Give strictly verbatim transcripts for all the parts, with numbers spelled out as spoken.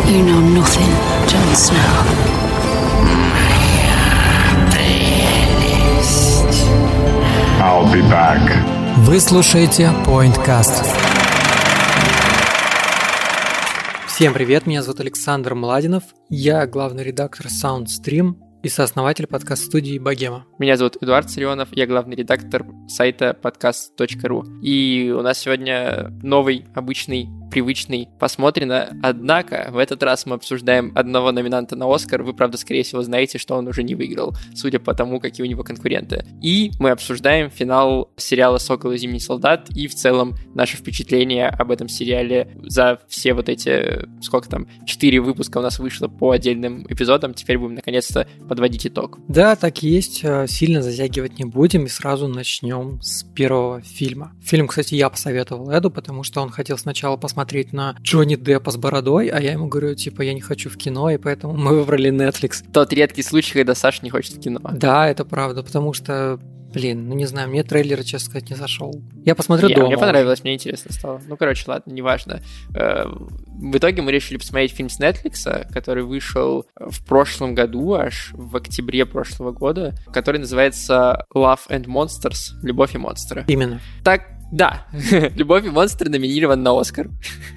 You know nothing, Jon Snow. I'll be back. Вы слушаете Pointcast. Всем привет, меня зовут Александр Младинов, я главный редактор SoundStream и сооснователь подкаст-студии Богема. Меня зовут Эдуард Сарионов, я главный редактор сайта подкаст точка ру. И у нас сегодня новый, обычный, привычный «Посмотрено». Однако в этот раз мы обсуждаем одного номинанта на Оскар. Вы, правда, скорее всего, знаете, что он уже не выиграл, судя по тому, какие у него конкуренты. И мы обсуждаем финал сериала «Сокол и Зимний солдат» и в целом наши впечатления об этом сериале за все вот эти, сколько там, четыре выпуска у нас вышло по отдельным эпизодам. Теперь будем наконец-то подводить итог. Да, так и есть. Сильно затягивать не будем и сразу начнем с первого фильма. Фильм, кстати, я посоветовал Эду, потому что он хотел сначала посмотреть смотреть на Джонни Деппа с бородой, а я ему говорю, типа, я не хочу в кино, и поэтому мы выбрали Netflix. Тот редкий случай, когда Саша не хочет в кино. Да, это правда, потому что, блин, ну не знаю, мне трейлер, честно сказать, не зашел. Я посмотрю я, дома. Мне понравилось, мне интересно стало. Ну, короче, ладно, неважно. В итоге мы решили посмотреть фильм с Netflix, который вышел в прошлом году, аж в октябре прошлого года, который называется Love and Monsters, Любовь и монстры. Именно. Так, да, «Любовь и монстры» номинирован на Оскар.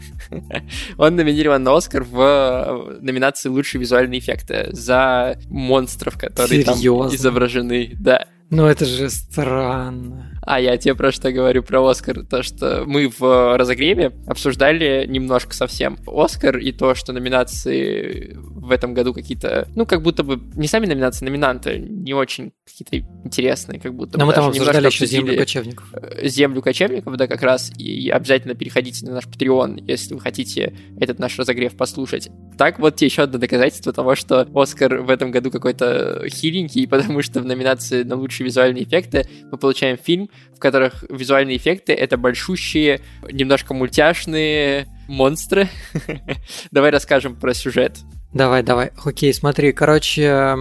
Он номинирован на Оскар в номинации «Лучшие визуальные эффекты» за монстров, которые Серьезно? Там изображены. Да. Ну это же странно. А я тебе про что говорю, про Оскар. То, что мы в разогреве обсуждали немножко совсем Оскар и то, что номинации в этом году какие-то, ну, как будто бы, не сами номинации, номинанты не очень какие-то интересные, как будто бы. Но мы там обсуждали еще «Землю кочевников». «Землю кочевников», да, как раз. И обязательно переходите на наш Patreon, если вы хотите этот наш разогрев послушать. Так вот тебе еще одно доказательство того, что Оскар в этом году какой-то хиленький, потому что в номинации на лучшие визуальные эффекты мы получаем фильм, в которых визуальные эффекты — это большущие, немножко мультяшные монстры. Давай расскажем про сюжет. Давай, давай. Окей, смотри, короче,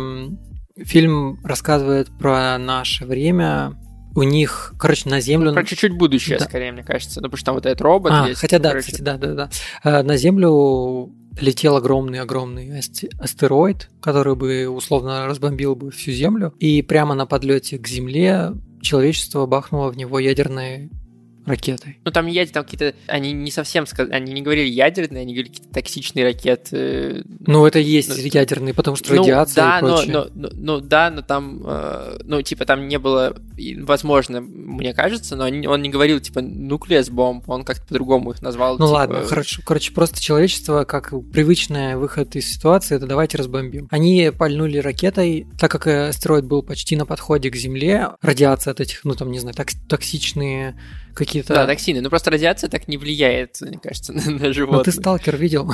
фильм рассказывает про наше время. У них, короче, на Землю... Про чуть-чуть будущее, да. Скорее, мне кажется. Ну, потому что там вот этот робот а, есть. Хотя да, короче. кстати, да-да-да. На Землю летел огромный-огромный астероид, который бы условно разбомбил бы всю Землю. И прямо на подлете к Земле человечество бахнуло в него ядерной ракетой. Ну, там ядер, там какие-то... Они не совсем... Они не говорили ядерные, они говорили какие-то токсичные ракеты. Ну, это и есть ну, ядерные, потому что ну, радиация да, и прочее. Но, но, но, ну, да, но там... Э, ну, типа, там не было... Возможно, мне кажется, но он не говорил, типа, nucleus bomb, он как-то по-другому их назвал. Ну, типа... ладно, хорошо. Короче, просто человечество, как привычный выход из ситуации, это давайте разбомбим. Они пальнули ракетой, так как астероид был почти на подходе к Земле, радиация от этих, ну, там, не знаю, токсичные... какие-то... Да, токсины. Ну, просто радиация так не влияет, мне кажется, на, на животных. Ну, ты «Сталкер» видел?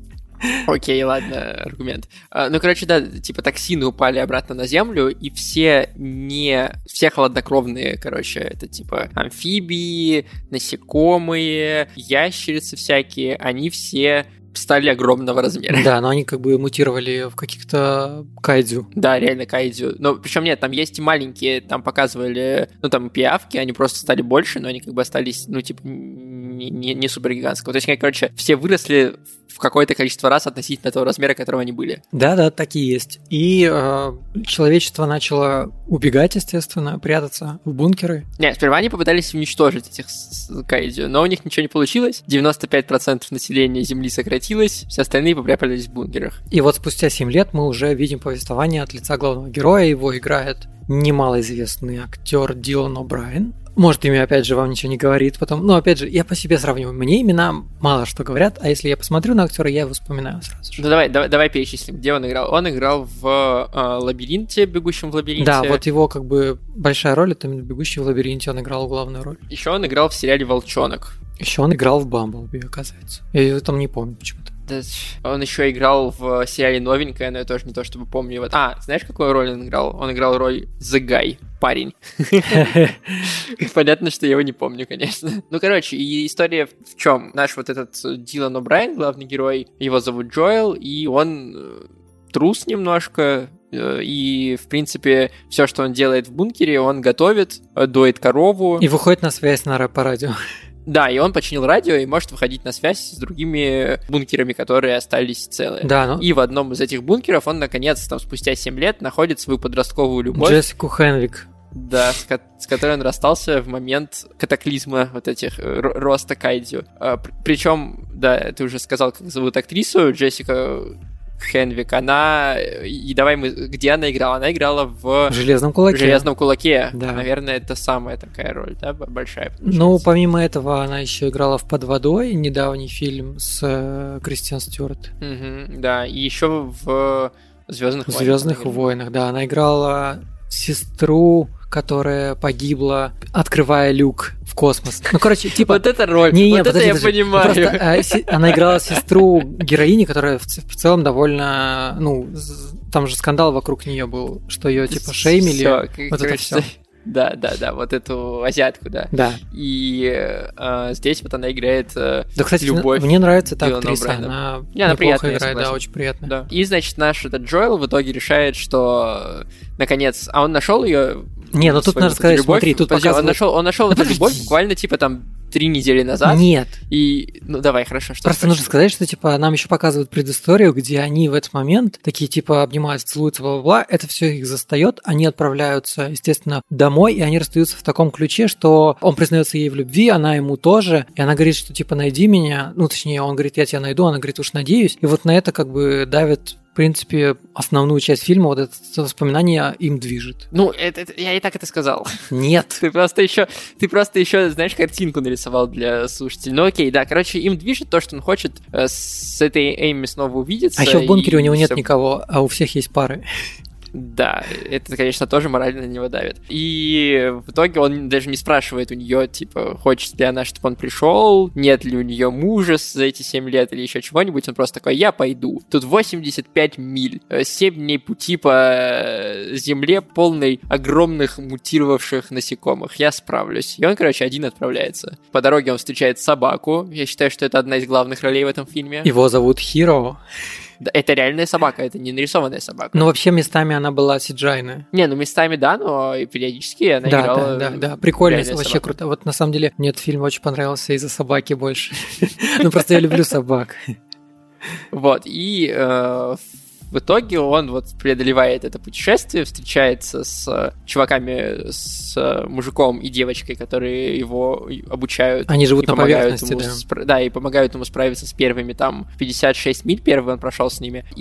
Окей, ладно, аргумент. Ну, короче, да, типа токсины упали обратно на Землю, и все не... Все холоднокровные, короче, это типа амфибии, насекомые, ящерицы всякие, они все... стали огромного размера. Да, но они как бы мутировали в каких-то кайдзю. Да, реально кайдзю. Но причем нет, там есть и маленькие, там показывали, ну там пиявки, они просто стали больше, но они как бы остались, ну типа, не, не, не супергигантского. То есть, они, короче, все выросли в какое-то количество раз относительно того размера, которого они были. Да-да, так и есть. И э, человечество начало убегать, естественно, прятаться в бункеры. Нет, сперва они попытались уничтожить этих кайдзю, но у них ничего не получилось. девяносто пять процентов населения Земли сократилось, все остальные попрятались в бункерах. И вот спустя семь лет мы уже видим повествование от лица главного героя. Его играет немалоизвестный актер Дилан О'Брайен. Может, имя, опять же, вам ничего не говорит потом. Но, опять же, я по себе сравниваю. Мне имена мало что говорят, а если я посмотрю на актера, я его вспоминаю сразу же. Ну, давай, давай, давай перечислим, где он играл. Он играл в э, «Лабиринте», «Бегущем в лабиринте». Да, вот его, как бы, большая роль, это именно «Бегущий в лабиринте», он играл главную роль. Еще он играл в сериале «Волчонок». Еще он играл в «Бамблби», оказывается. Я его там не помню почему-то. Он еще играл в сериале «Новенькая», но я тоже не то чтобы помню его. А, знаешь, какую роль он играл? Он играл роль The Guy, парень. Понятно, что я его не помню, конечно. Ну, короче, и история в чем? Наш вот этот Дилан О'Брайен, главный герой, его зовут Джоэл, и он трус немножко, и, в принципе, все, что он делает в бункере, он готовит, доит корову. И выходит на связь на по радио. Да, и он починил радио и может выходить на связь с другими бункерами, которые остались целые. Да, ну... И в одном из этих бункеров он, наконец, там, спустя семь лет находит свою подростковую любовь. Джессику Хенвик. Да, с, ко- с которой он расстался в момент катаклизма вот этих р- роста кайдзю. А, пр- причем, да, ты уже сказал, как зовут актрису, Джессика Хенвик. Она... И давай мы... Где она играла? Она играла в... В «Железном кулаке». В «Железном кулаке». Да. Наверное, это самая такая роль, да, большая. Ну, помимо этого, она еще играла в «Под водой», недавний фильм с э, Кристиан Стюарт. Угу, да, и еще в «Звездных В войнах». «Звездных войнах», да. Она играла сестру, которая погибла, открывая люк в космос. Ну, короче, типа... Вот это роль, не, не, вот подожди, это я подожди. понимаю. Просто, а, си... она играла сестру героини, которая в, ц... в целом довольно... Ну, там же скандал вокруг нее был, что ее типа шеймили. Всё, вот это все. Да, да, да, вот эту азиатку, да. Да. И э, здесь вот она играет э, да, кстати, любовь. Мне нравится эта Дилана актриса, Брайана. она, Не, она неплохо приятная, играет, да, согласен. очень приятно. Да. И, значит, наш этот Джоэл в итоге решает, что наконец... А он нашел ее... Не, ну тут надо сказать, любовь. смотри, тут Подожди, показывают... Он нашел, он нашел эту любовь буквально, типа, там, три недели назад. Нет. И, ну, давай, хорошо, что Просто нужно сказать, что, типа, нам еще показывают предысторию, где они в этот момент такие, типа, обнимаются, целуются, бла-бла-бла, это все их застает, они отправляются, естественно, домой, и они расстаются в таком ключе, что он признается ей в любви, она ему тоже, и она говорит, что, типа, найди меня, ну, точнее, он говорит, я тебя найду, она говорит, уж надеюсь, и вот на это, как бы, давит... В принципе, основную часть фильма, вот это воспоминание им движет. Ну, это, это, я и так это сказал. Нет. Ты просто еще, ты просто еще, знаешь, картинку нарисовал для слушателей. Ну окей, да, короче, им движет то, что он хочет э, с этой Эйми снова увидеться. А еще в бункере у него нет всё... никого, а у всех есть пары. Да, это, конечно, тоже морально на него давит. И в итоге он даже не спрашивает у нее, типа, хочет ли она, чтобы он пришел, нет ли у нее мужа за эти семь лет или еще чего-нибудь. Он просто такой, я пойду. Тут восемьдесят пять миль, семь дней пути по земле, полной огромных мутировавших насекомых. Я справлюсь. И он, короче, один отправляется. По дороге он встречает собаку. Я считаю, что это одна из главных ролей в этом фильме. Его зовут Хиро. Да, это реальная собака, это не нарисованная собака. Ну, вообще, местами она была сиджайная. Не, ну местами да, но и периодически она да, играла... Да, да, да, прикольно, вообще собака. круто. Вот на самом деле мне этот фильм очень понравился из-за собаки больше. Ну, просто я люблю собак. Вот, и в итоге он вот преодолевает это путешествие, встречается с чуваками, с мужиком и девочкой, которые его обучают. Они живут на поверхности, ему да. Спра- да, и помогают ему справиться с первыми там пятьдесят шесть миль, первый он прошел с ними.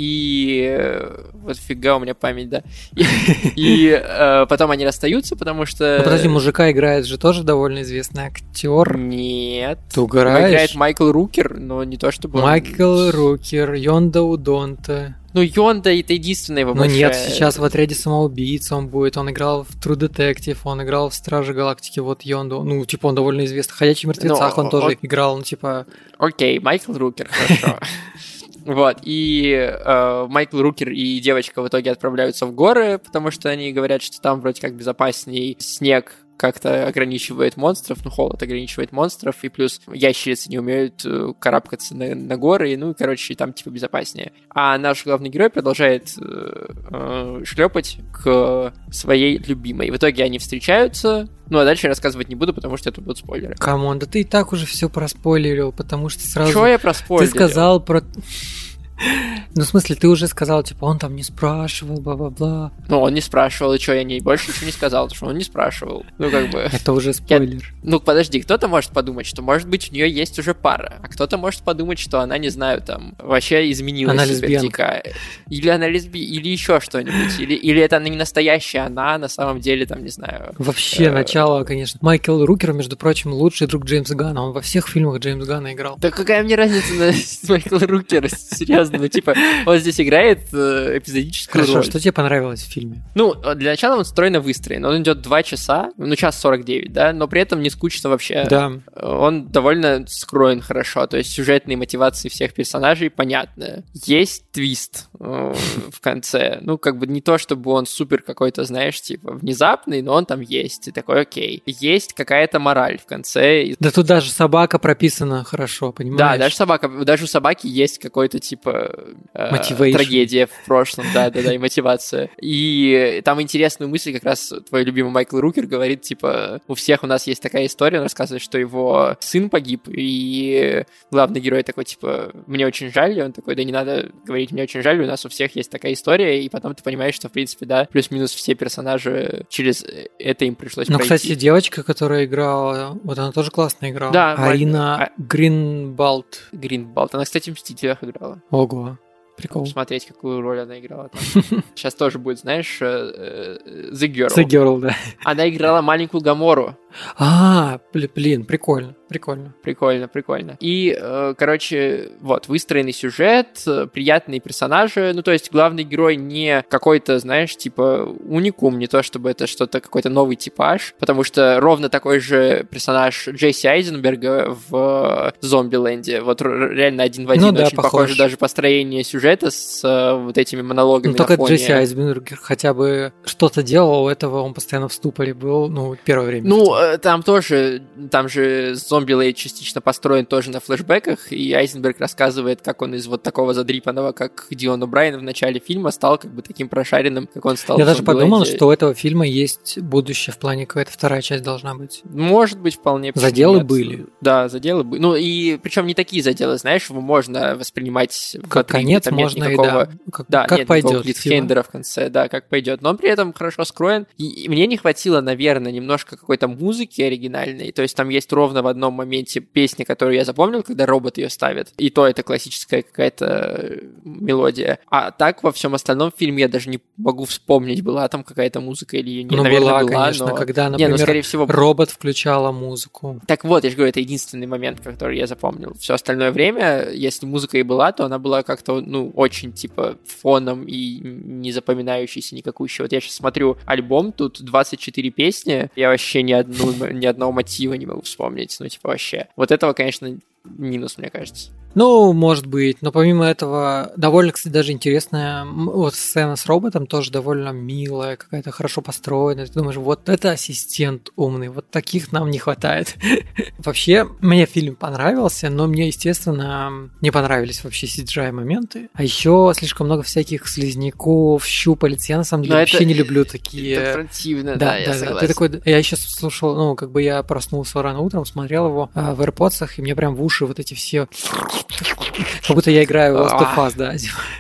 И вот фига у меня память, да. И, и э, потом они расстаются, потому что... Ну, подожди, мужика играет же тоже довольно известный актер. Нет. Ты угораешь? Его играет Майкл Рукер, но не то чтобы... Майкл Рукер, Йонда Удонта. Ну, Йонда — это единственная его Ну большая... нет, сейчас в «Отряде самоубийц» он будет, он играл в True Detective, он играл в «Страже Галактики», вот Йонду, ну, типа, он довольно известный, в «Ходячих мертвецах» ну, он тоже он... играл, ну, типа... Окей, Майкл Рукер, хорошо. Вот, и э, Майкл Рукер и девочка в итоге отправляются в горы, потому что они говорят, что там вроде как безопасней, снег как-то ограничивает монстров, ну, холод ограничивает монстров, и плюс ящерицы не умеют э, карабкаться на, на горы, ну, и, короче, там, типа, безопаснее. А наш главный герой продолжает э, э, шлепать к своей любимой. В итоге они встречаются, ну, а дальше рассказывать не буду, потому что это будут спойлеры. Камон, да ты и так уже все проспойлерил, потому что сразу... Чего я проспойлерил? Ты сказал про... Ну, в смысле, ты уже сказал, типа, он там не спрашивал, бла-бла-бла. Ну, он не спрашивал, и что, я не больше ничего не сказал, потому что он не спрашивал. Ну, как бы... Это уже спойлер. Я... Ну, подожди, кто-то может подумать, что, может быть, у нее есть уже пара, а кто-то может подумать, что она, не знаю, там, вообще изменилась. Она лесбиянка. Или она лесби... Или еще что-нибудь. Или, или это она не настоящая, она на самом деле, там, не знаю... Вообще, э... начало, конечно. Майкл Рукер, между прочим, лучший друг Джеймса Ганна. Он во всех фильмах Джеймса Ганна играл. Да какая мне разница на Майкла Рукера, серьезно, ну, типа... Он здесь играет э, эпизодическую Хорошо, роль. что тебе понравилось в фильме? Ну, для начала он стройно выстроен. Он идет два часа, ну, час сорок девять, да, но при этом не скучно вообще. Да. Он довольно скроен хорошо, то есть сюжетные мотивации всех персонажей понятны. Есть твист э, в конце. Ну, как бы не то, чтобы он супер какой-то, знаешь, типа внезапный, но он там есть. И такой, окей. Есть какая-то мораль в конце. Да тут даже собака прописана хорошо, понимаешь? Да, даже собака, даже у собаки есть какой-то типа э, трагедия в прошлом, да-да-да, и мотивация. И там интересную мысль как раз твой любимый Майкл Рукер говорит, типа, у всех у нас есть такая история, он рассказывает, что его сын погиб, и главный герой такой, типа, мне очень жаль, и он такой, да не надо говорить, мне очень жаль, у нас у всех есть такая история, и потом ты понимаешь, что, в принципе, да, плюс-минус все персонажи через это им пришлось ну, пройти. кстати, девочка, которая играла, вот она тоже классно играла. Да, Арина а... Гринбалт. Гринбалт, она, кстати, в «Мстителях» играла. Ого. Прикол. Посмотреть, какую роль она играла там. Сейчас тоже будет, знаешь, The Girl. The Girl, да. Она играла маленькую Гамору. А, блин, прикольно, прикольно. Прикольно, прикольно. И, э, короче, вот, выстроенный сюжет, приятные персонажи. Ну, то есть главный герой не какой-то, знаешь, типа уникум, не то чтобы это что-то, какой-то новый типаж, потому что ровно такой же персонаж Джесси Айзенберга в Зомбиленде. Вот реально один в один, ну, да, очень похож. похоже даже построение сюжета с э, вот этими монологами. Ну, только на фоне. Джесси Айзенберг хотя бы что-то делал, у этого он постоянно в ступоре был, ну, первое время. Ну, там тоже, там же Зомбилейнд частично построен тоже на флешбеках, и Айзенберг рассказывает, как он из вот такого задрипанного, как Дилан О'Брайен в начале фильма, стал как бы таким прошаренным, как он стал. Я даже подумал, что у этого фильма есть будущее в плане, какая-то вторая часть должна быть. Может быть, вполне. Заделы нет. были. Да, заделы были. Ну, и причем не такие заделы, знаешь, его можно воспринимать как в конец, там можно нет никакого... и да. Как, да, как нет пойдет. клиффхендера в конце, да, как пойдет. Но он при этом хорошо скроен. И мне не хватило, наверное, немножко какой-то музыки оригинальной. То есть там есть ровно в одном моменте песня, которую я запомнил, когда робот ее ставит. И то это классическая какая-то мелодия. А так во всем остальном фильме я даже не могу вспомнить, была там какая-то музыка или ее не. Ну, наверное, была, была, конечно, но... когда, например, не, ну, скорее всего... робот включала музыку. Так вот, я же говорю, это единственный момент, который я запомнил. Все остальное время, если музыка и была, то она была как-то, ну, очень, типа, фоном и не запоминающейся никакущей. Вот я сейчас смотрю альбом, тут двадцать четыре песни, я вообще ни, одну, ни одного мотива не могу вспомнить, ну, типа, вообще. Вот этого, конечно, минус, мне кажется. Ну, может быть, но помимо этого довольно, кстати, даже интересная вот сцена с роботом тоже довольно милая, какая-то хорошо построенная. Ты думаешь, вот это ассистент умный, вот таких нам не хватает. Вообще, мне фильм понравился, но мне, естественно, не понравились вообще си джи ай-моменты. А еще слишком много всяких слизняков, щупалец. Я, на самом деле, но вообще это, не люблю такие... Это противно, да, да, я да, согласен. Да. Ты такой... Я еще слушал, ну, как бы я проснулся рано утром, смотрел его а, в AirPods, и мне прям в уши вот эти все... Как будто я играю в Last of Us, да.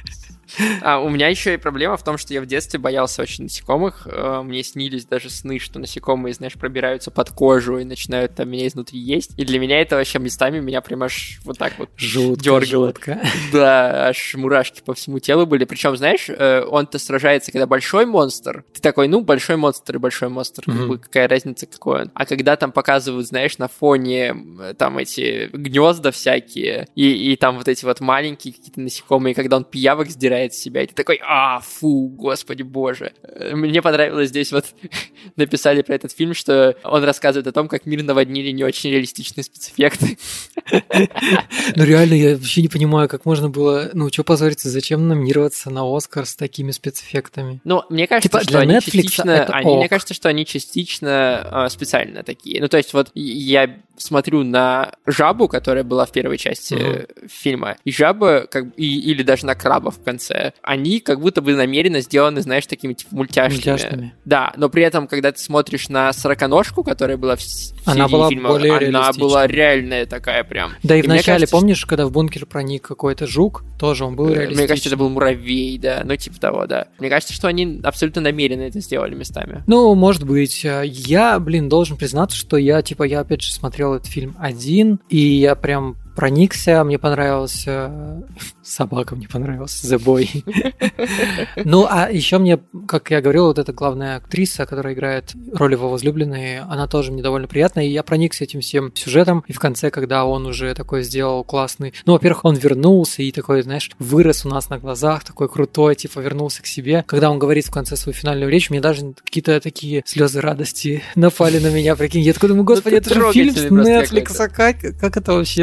А у меня еще и проблема в том, что я в детстве боялся очень насекомых. Мне снились даже сны, что насекомые, знаешь, пробираются под кожу и начинают там меня изнутри есть. И для меня это вообще местами меня прям аж вот так вот жутко, дергало. Жутко. Да, аж мурашки по всему телу были. Причем, знаешь, он-то сражается, когда большой монстр. Ты такой, ну, большой монстр и большой монстр. Mm-hmm. Как бы, какая разница, какой он. А когда там показывают, знаешь, на фоне там эти гнезда всякие и, и там вот эти вот маленькие какие-то насекомые, когда он пиявок сдирает себя, и ты такой, а, фу, господи боже. Мне понравилось здесь вот, написали про этот фильм, что он рассказывает о том, как мир наводнили не очень реалистичные спецэффекты. Ну реально, я вообще не понимаю, как можно было, ну, что позориться, зачем номинироваться на Оскар с такими спецэффектами? Ну, мне кажется, типа, что для они Netflix частично, они, мне кажется, что они частично э, специально такие. Ну, то есть вот я смотрю на жабу, которая была в первой части uh-huh. фильма, и жаба, как, и, или даже на крабов в конце, они как будто бы намеренно сделаны, знаешь, такими типа мультяшными. мультяшными. Да, но при этом, когда ты смотришь на сороконожку, которая была в она была фильма, более она была реальная такая прям. Да и, и вначале, кажется, помнишь, когда в бункер проник какой-то жук, тоже он был реалистичный. Мне кажется, это был муравей, да, ну типа того, да. Мне кажется, что они абсолютно намеренно это сделали местами. Ну, может быть. Я, блин, должен признаться, что я, типа, я опять же смотрел этот фильм один, и я прям проникся, мне понравился... Собака мне понравилась, The Boy. Ну, а еще мне, как я говорил, вот эта главная актриса, которая играет роль его возлюбленной, она тоже мне довольно приятная, и я проникся этим всем сюжетом, и в конце, когда он уже такой сделал классный... Ну, во-первых, он вернулся и такой, знаешь, вырос у нас на глазах, такой крутой, типа, вернулся к себе. Когда он говорит в конце свою финальную речь, мне даже какие-то такие слезы радости напали на меня, прикинь. Я такой думаю, господи, это же фильм с Netflix, а как, как это вообще работает?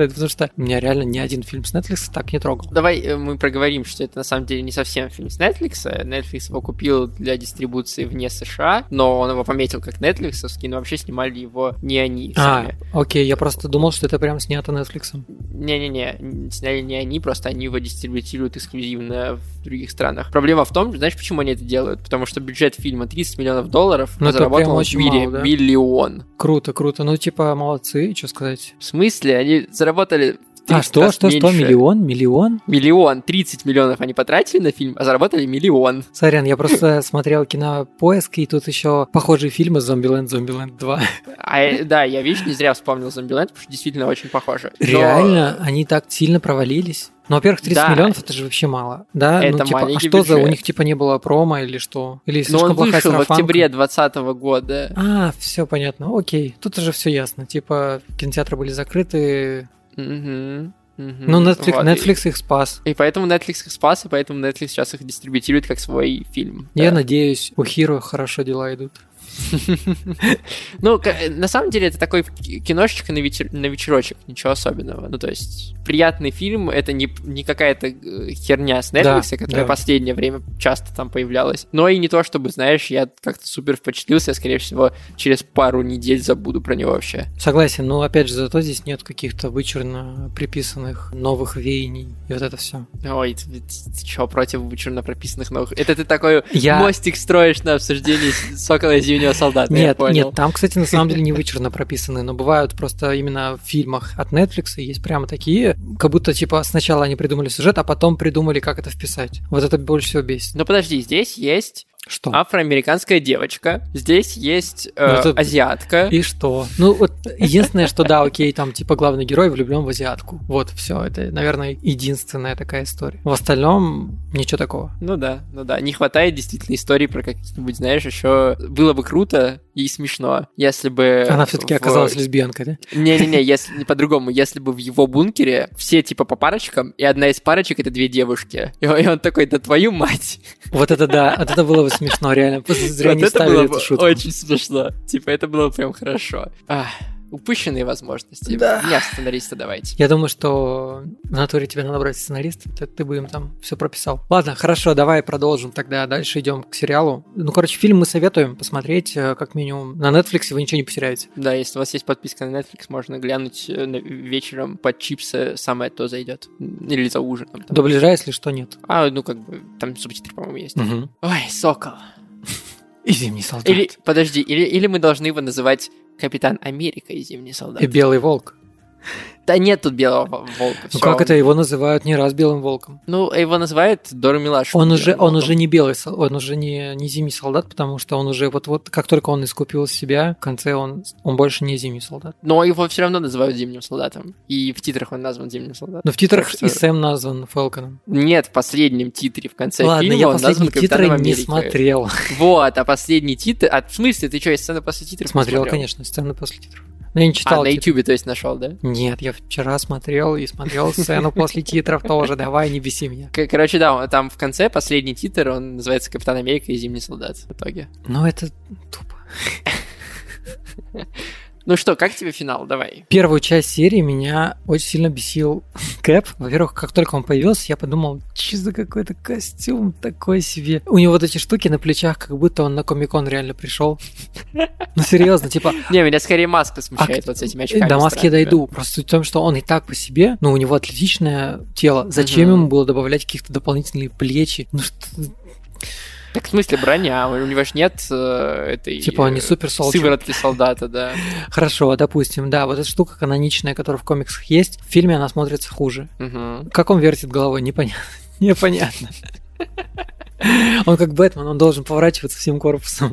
стоит, потому что меня реально ни один фильм с Netflix так не трогал. Давай мы проговорим, что это на самом деле не совсем фильм с Netflix. Netflix его купил для дистрибуции вне США, но он его пометил как Netflix-овский, но вообще снимали его не они сами. А, окей, я просто думал, что это прям снято Netflix. Не-не-не, сняли не они, просто они его дистрибутируют эксклюзивно в других странах. Проблема в том, знаешь, почему они это делают? Потому что бюджет фильма тридцать миллионов долларов, ну, а заработал он в очень мире мало, да? миллион. Круто, круто. Ну, типа, молодцы, что сказать. В смысле? Они заработали... А, что, что, меньше. что, миллион, миллион? Миллион, тридцать миллионов они потратили на фильм, а заработали миллион. Сорян, я просто смотрел Кинопоиск, и тут еще похожие фильмы «Зомбиленд», «Зомбиленд два». А, да, я, видишь, не зря вспомнил «Зомбиленд», потому что действительно очень похоже. Но... Реально, они так сильно провалились. Ну, во-первых, тридцать да. миллионов, это же вообще мало. Да? Это ну, типа, маленький а что бюджет. за, у них типа не было промо или что? Или Но слишком он плохая вышел в сарафанка? октябре двадцатого года. А, все понятно, окей. Тут уже все ясно. Типа, кинотеатры были закрыты. Угу. Угу. Ну, Netflix, вот. Netflix их спас. И поэтому Netflix их спас, и поэтому Netflix сейчас их дистрибутирует как свой фильм. Я да. надеюсь, у Хиро хорошо дела идут. Ну, на самом деле, это такой киношечка на, вечер... на вечерочек, ничего особенного. Ну, то есть, приятный фильм, это не, не какая-то херня с Netflix, да, которая да. в последнее время часто там появлялась. Но и не то, чтобы, знаешь, я как-то супер впечатлился, я, скорее всего, через пару недель забуду про него вообще. Согласен, но, опять же, зато здесь нет каких-то вычурно приписанных новых веяний, и вот это все. Ой, ты, ты, ты чё, против вычурно прописанных новых? Это ты такой я... мостик строишь на обсуждении «Сокола и Зимнего солдата», нет, я понял. Нет, там, кстати, на самом деле не вычурно прописаны, но бывают просто именно в фильмах от Netflix есть прямо такие, как будто, типа, сначала они придумали сюжет, а потом придумали, как это вписать. Вот это больше всего бесит. Ну, подожди, здесь есть... Что? Афроамериканская девочка. Здесь есть э, ну, это... азиатка. И что? Ну, вот единственное, что да, окей, там типа главный герой влюблен в азиатку. Вот, все. Это, наверное, единственная такая история. В остальном ничего такого. Ну да, ну да. Не хватает действительно истории про какие-нибудь, знаешь, еще было бы круто и смешно, если бы... Она все-таки в... оказалась лесбиянкой, да? Не-не-не, если по-другому, если бы в его бункере все типа по парочкам, и одна из парочек — это две девушки. И он такой: да твою мать! Вот это да, вот это было бы смешно, реально. Зря вот не ставили эту шутку. Очень смешно. Типа, это было прям хорошо. Ах, упущенные возможности. Да. Меня сценариста давайте. Я думаю, что в натуре тебе надо брать сценариста, ты, ты бы им там все прописал. Ладно, хорошо, давай продолжим тогда. Дальше идем к сериалу. Ну, короче, фильм мы советуем посмотреть, как минимум. На Netflix вы ничего не потеряете. Да, если у вас есть подписка на Netflix, можно глянуть вечером под чипсы, самое то зайдет. Или за ужином. Там. Дубляжа, если что, нет. А, ну как бы, там субтитры, по-моему, есть. Угу. Ой, Сокол. И Зимний солдат. Или, подожди, или, или мы должны его называть Капитан Америка и Зимний солдат. И Белый волк. Да нет тут Белого волка. Ну как это, его называют не раз Белым волком? Ну, его называют Дора Милашевым. Он уже, он уже не белый, он уже не, не Зимний солдат, потому что он уже вот-вот, как только он искупил себя, в конце он, он больше не Зимний солдат. Но его все равно называют Зимним солдатом. И в титрах он назван Зимним солдатом. Но в титрах что... и Сэм назван Фалконом. Нет, в последнем титре в конце Ладно, фильма я он назван Капитаном Америкой. Не смотрел. Вот, а последний титр... А в смысле, ты что, есть сцена после титров? Смотрел, конечно, сцены после титров. Но я не читал. А, на Ютубе, то есть, нашел, да? Нет, я вчера смотрел и смотрел сцену после титров тоже. Давай, не беси меня. Короче, да, там в конце последний титр, он называется «Капитан Америка и Зимний солдат» в итоге. Ну, это тупо. Ну что, как тебе финал? Давай. Первую часть серии меня очень сильно бесил Кэп. Во-первых, как только он появился, я подумал, что за какой-то костюм такой себе. У него вот эти штуки на плечах, как будто он на Комик-кон реально пришел. Ну, серьезно, типа... Не, меня скорее маска смущает вот с этими очками. До маски я дойду. Просто суть в том, что он и так по себе, ну, у него атлетичное тело. Зачем ему было добавлять каких-то дополнительные плечи? Ну, что... Так в смысле броня, у него же нет э, этой... Типа он не супер солдат. Сыворотки солдата, да. Хорошо, допустим, да, вот эта штука каноничная, которая в комиксах есть, в фильме она смотрится хуже. Угу. Как он вертит головой, непонятно. Непонятно. Он как Бэтмен, он должен поворачиваться всем корпусом.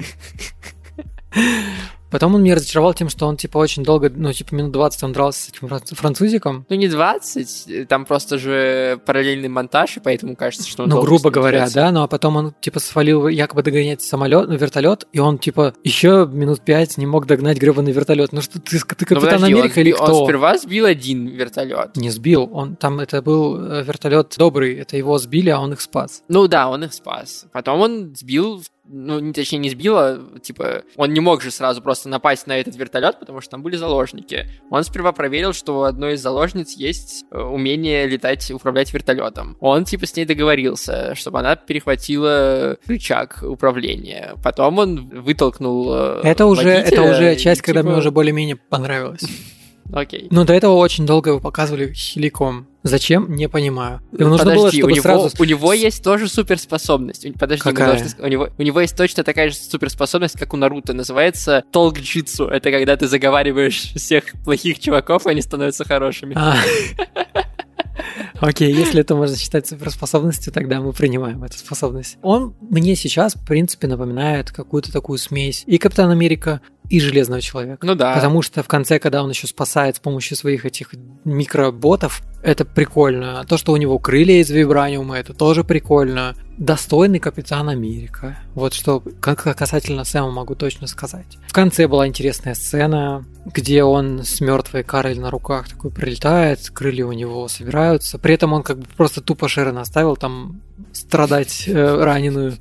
Потом он меня разочаровал тем, что он, типа, очень долго, ну, типа, минут двадцать он дрался с этим французиком. Ну, не двадцать, там просто же параллельный монтаж, и поэтому кажется, что он Ну, долго грубо говоря, драться. да, ну, а потом он, типа, свалил якобы догонять самолет, ну, вертолет, и он, типа, еще минут пять не мог догнать гребаный вертолет. Ну, что ты, ты Капитан подожди, Америка он, или кто? Он сперва сбил один вертолет. Не сбил, он там, это был вертолет добрый, это его сбили, а он их спас. Ну, да, он их спас. Потом он сбил ну, точнее, не сбила, типа, он не мог же сразу просто напасть на этот вертолет, потому что там были заложники. Он сперва проверил, что у одной из заложниц есть умение летать, управлять вертолетом. Он, типа, с ней договорился, чтобы она перехватила рычаг управления. Потом он вытолкнул Это уже, это уже часть, и, когда типа... мне уже более-менее понравилось. Окей. Но до этого очень долго его показывали хиликом. Зачем? Не понимаю. Им нужно Подожди, было, чтобы у, него, сразу... у него есть тоже суперспособность. Подожди, Какая? Должны... у, него, у него есть точно такая же суперспособность, как у Наруто. Называется толкджитсу. Это когда ты заговариваешь всех плохих чуваков, и они становятся хорошими. А. Окей, если это можно считать суперспособностью, тогда мы принимаем эту способность. Он мне сейчас, в принципе, напоминает какую-то такую смесь и Капитан Америка, и Железного Человека. Ну да. Потому что в конце, когда он еще спасает с помощью своих этих микроботов, это прикольно. То, что у него крылья из вибраниума, это тоже прикольно. Достойный Капитан Америка. Вот что касательно Сэма могу точно сказать. В конце была интересная сцена, где он с мертвой Карой на руках такой прилетает, крылья у него собираются. При этом он как бы просто тупо Шерон оставил там страдать э, раненую.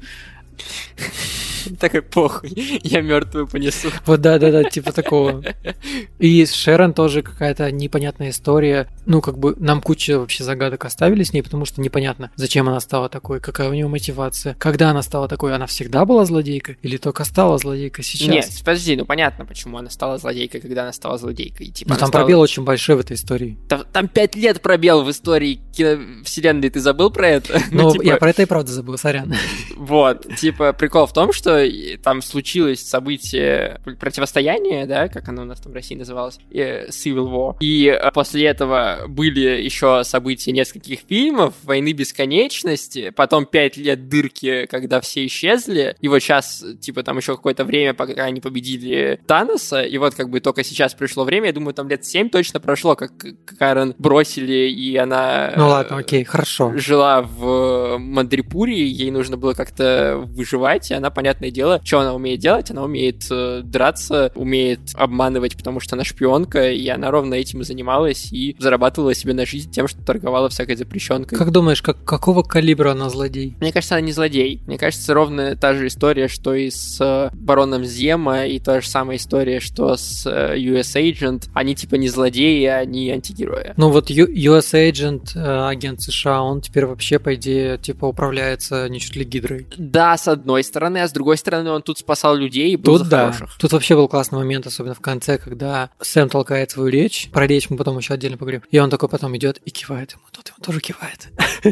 Такой, похуй, я мертвую понесу. Вот да-да-да, типа такого. И с Шерон тоже какая-то непонятная история. Ну, как бы нам куча вообще загадок оставили с ней, потому что непонятно, зачем она стала такой, какая у нее мотивация. Когда она стала такой, она всегда была злодейкой? Или только стала злодейкой сейчас? Нет, подожди, ну понятно, почему она стала злодейкой, когда она стала злодейкой. Типа, ну, там стала... пробел очень большой в этой истории. Там, там пять лет пробел в истории киновселенной, ты забыл про это? Ну, ну типа... я про это и правда забыл, сорян. Вот, типа, прикол в том, что там случилось событие противостояния, да, как оно у нас там в России называлось, Civil War, и после этого были еще события нескольких фильмов, Войны Бесконечности, потом пять лет дырки, когда все исчезли, и вот сейчас, типа, там еще какое-то время, пока они победили Таноса, и вот как бы только сейчас пришло время, я думаю, там лет семь точно прошло, как Карен бросили, и она... Ну ладно, окей, хорошо. Жила в Мандрипуре, ей нужно было как-то выживать, и она, понятное дело, что она умеет делать? Она умеет э, драться, умеет обманывать, потому что она шпионка, и она ровно этим и занималась, и зарабатывала себе на жизнь тем, что торговала всякой запрещенкой. Как думаешь, как, какого калибра она злодей? Мне кажется, она не злодей. Мне кажется, ровно та же история, что и с э, Бароном Зема, и та же самая история, что с э, ю эс Agent. Они типа не злодеи, они антигерои. Ну вот ю эс Agent, э, агент США, он теперь вообще, по идее, типа управляется не чуть ли Гидрой. Да, с одной стороны, а с другой стороны, он тут спасал людей и был тут за да. хороших. Тут вообще был классный момент, особенно в конце, когда Сэм толкает свою речь. Про речь мы потом еще отдельно поговорим. И он такой потом идет и кивает ему. Тот ему тоже кивает.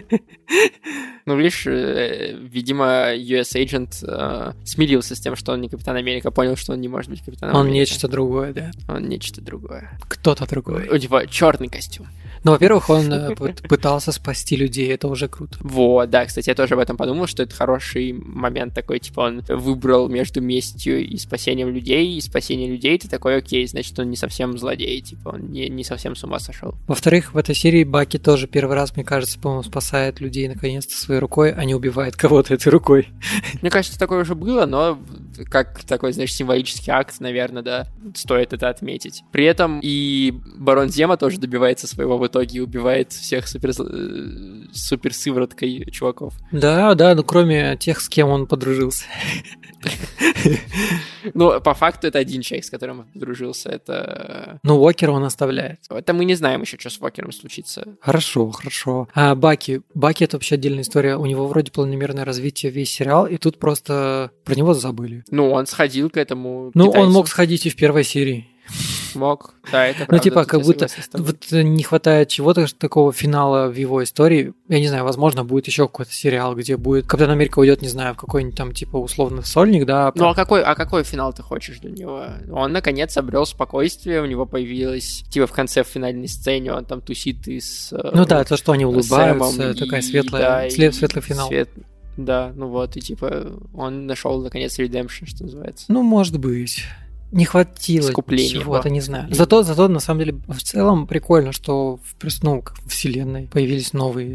Ну, видишь, э, видимо, ю эс Agent э, смирился с тем, что он не Капитан Америка, понял, что он не может быть Капитаном он Америка. Он нечто другое, да. Он нечто другое. Кто-то другой. У него черный костюм. Ну, во-первых, он э, пытался спасти людей, это уже круто. Вот, да, кстати, я тоже об этом подумал, что это хороший момент такой, типа, он выбрал между местью и спасением людей, и спасение людей, ты такой, окей, значит, он не совсем злодей, типа, он не, не совсем с ума сошел. Во-вторых, в этой серии Баки тоже первый раз, мне кажется, по-моему, спасает людей наконец-то своей рукой, а не убивает кого-то этой рукой. Мне кажется, такое уже было, но как такой, знаешь, символический акт, наверное, да, стоит это отметить. При этом и Барон Зема тоже добивается своего в итоге и убивает всех супер, супер сывороткой чуваков. Да, да, ну кроме тех, с кем он подружился. Ну, по факту это один человек, с которым он подружился, это... Ну, Уокера он оставляет. Это мы не знаем еще, что с Уокером случится. Хорошо, хорошо. А Баки, Баки это вообще отдельная история. У него вроде планомерное развитие весь сериал, и тут просто про него забыли. Ну, он сходил к этому Ну, китайцу. Он мог сходить и в первой серии. Мог, да, это правда. Ну, типа, как будто вот не хватает чего-то такого финала в его истории. Я не знаю, возможно, будет еще какой-то сериал, где будет Капитан Америка уйдет, не знаю, в какой-нибудь там, типа, условно, сольник, да. Ну, а какой, а какой финал ты хочешь для него? Он, наконец, обрел спокойствие, у него появилось, типа, в конце, в финальной сцене, он там тусит и с... Ну да, то, что они улыбаются, Сэмом, такая и, светлая, да, след, светлый финал. Свет... Да, ну вот, и, типа, он нашел, наконец, redemption, что называется. Ну, может быть. Не хватило чего-то, не знаю. Зато, зато, на самом деле, в целом прикольно, что в, ну, в вселенной появились новые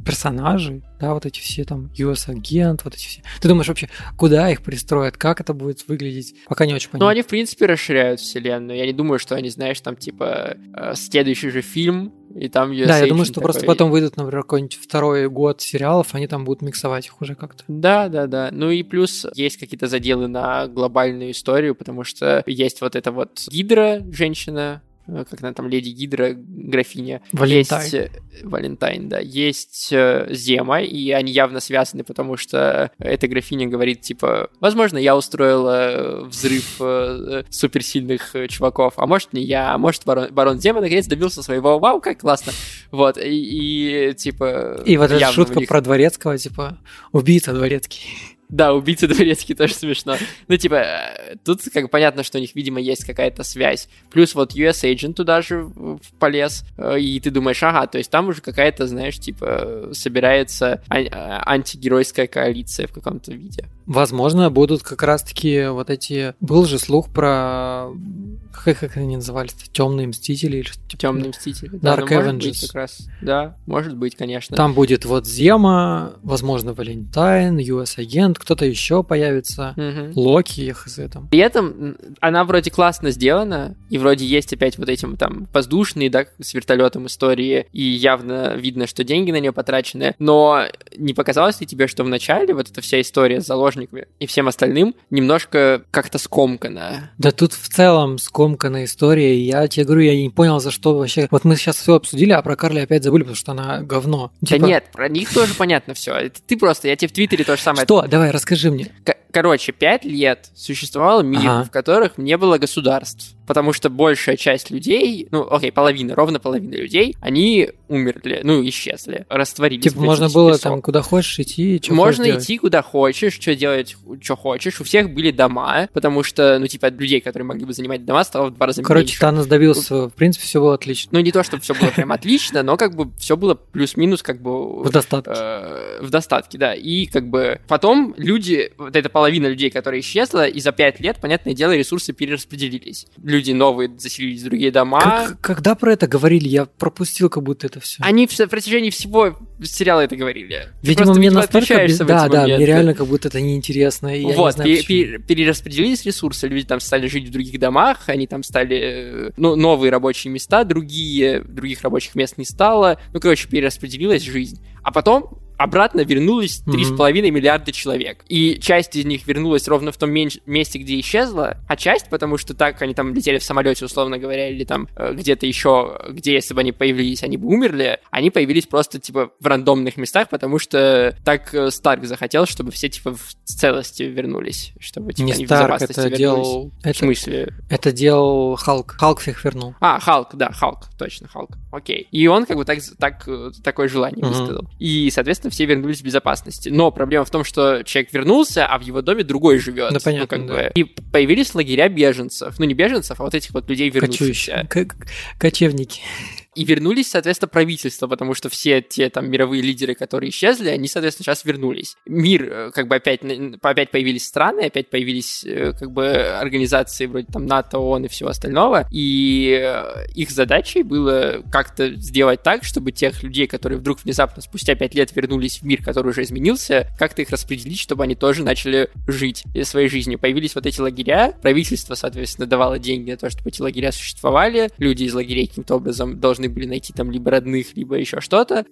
персонажи, да, вот эти все там ю эс-агент, вот эти все. Ты думаешь вообще, куда их пристроят, как это будет выглядеть? Пока не очень понятно. Ну, они, в принципе, расширяют вселенную. Я не думаю, что они, знаешь, там, типа, следующий же фильм, и там ю эс Да, я думаю, что такой... просто потом выйдут, например, какой-нибудь второй год сериалов, они там будут миксовать их уже как-то. Да, да, да. Ну и плюс есть какие-то заделы на глобальную историю, потому что есть вот эта вот Гидра, женщина, как она там, леди Гидра, графиня. Валентайн. Есть Валентайн, да. Есть Зема, и они явно связаны, потому что эта графиня говорит, типа, возможно, я устроила взрыв суперсильных чуваков, а может, не я, а может, барон, барон Зема наконец добился своего, вау, как классно. Вот, и, и типа... И вот эта шутка них... про Дворецкого, типа, убийца Дворецкий. Да, убийца Дворецкий тоже смешно. Ну, типа, тут как бы понятно, что у них, видимо, есть какая-то связь. Плюс вот ю эс-agent туда же полез, и ты думаешь, ага, то есть там уже какая-то, знаешь, типа, собирается а- антигеройская коалиция в каком-то виде. Возможно, будут как раз-таки вот эти... Был же слух про... Как, как они назывались-то? Темные мстители или что-то? Темные мстители. Да, да, Dark ну, Avengers. может быть, как раз. Да, может быть, конечно. Там будет вот Зема, возможно, Валентайн, ю эс-агент, кто-то еще появится, Угу. Локи, я хз там. При этом она вроде классно сделана, и вроде есть опять вот этим там воздушные, да, с вертолетом истории, и явно видно, что деньги на нее потрачены, но не показалось ли тебе, что в начале вот эта вся история с заложниками и всем остальным немножко как-то скомкана? Да тут в целом скомканная история, и я тебе говорю, я не понял, за что вообще... Вот мы сейчас все обсудили, а про Карли опять забыли, потому что она говно. Да Типа... нет, про них тоже понятно все. Ты просто, я тебе в Твиттере то же самое... Что? Давай, расскажи мне. К- короче, пять лет существовал мир, Ага. в которых не было государств. Потому что большая часть людей, ну, окей, половина, ровно половина людей, они умерли, ну, исчезли, растворились. Типа можно было там куда хочешь идти, что Можно хочешь идти куда хочешь, что делать, что хочешь. У всех были дома, потому что, ну, типа, людей, которые могли бы занимать дома, стало в два раза Короче, меньше. Танос добился, в принципе, все было отлично. Ну, не то, чтобы все было прям отлично, но как бы все было плюс-минус как бы... В достатке. э, в достатке, да. И как бы потом люди, вот эта половина людей, которая исчезла, и за пять лет, понятное дело, ресурсы перераспределились. Люди новые заселились в другие дома. Как- когда про это говорили, я пропустил как будто это все. Они в протяжении всего сериала это говорили. Ты Видимо, просто, мне видимо, настолько... отключаешься без- в Да, эти да, моменты. мне реально как будто это неинтересно. И я Вот, не знаю, пе- почему. пе- перераспределились ресурсы, люди там стали жить в других домах, они там стали, э, ну, новые рабочие места, другие, других рабочих мест не стало, ну, короче, перераспределилась жизнь. А потом обратно вернулось три с половиной миллиарда человек. И часть из них вернулась ровно в том меньш- месте, где исчезла, а часть, потому что так они там летели в самолете, условно говоря, или там э, где-то еще, где, если бы они появились, они бы умерли, они появились просто, типа, в рандомных местах, потому что так э, Старк захотел, чтобы все, типа, в целости вернулись, чтобы, типа, Не они в Старк, безопасности это вернулись. делал... В Это, смысле? это делал Халк. Халк всех вернул. А, Халк, да, Халк, точно, Халк. Окей. И он как бы так, так, э, такое желание Мгм. высказал. И, соответственно, все вернулись в безопасности. Но проблема в том, что человек вернулся, а в его доме другой живет. Да, понятно, ну, как да. бы. И появились лагеря беженцев. Ну, не беженцев, а вот этих вот людей Кочующие. вернувшихся. К- Кочевники. И вернулись, соответственно, правительства, потому что все те там мировые лидеры, которые исчезли, они, соответственно, сейчас вернулись. Мир, э, как бы опять, на- опять появились страны, опять появились э, как бы организации вроде там НАТО, ООН и всего остального, и э, их задачей было как-то сделать так, чтобы тех людей, которые вдруг внезапно спустя пять лет вернулись в мир, который уже изменился, как-то их распределить, чтобы они тоже начали жить своей жизнью. Появились вот эти лагеря, правительство, соответственно, давало деньги на то, чтобы эти лагеря существовали, люди из лагерей каким-то образом должны были найти там либо родных, либо еще что-то.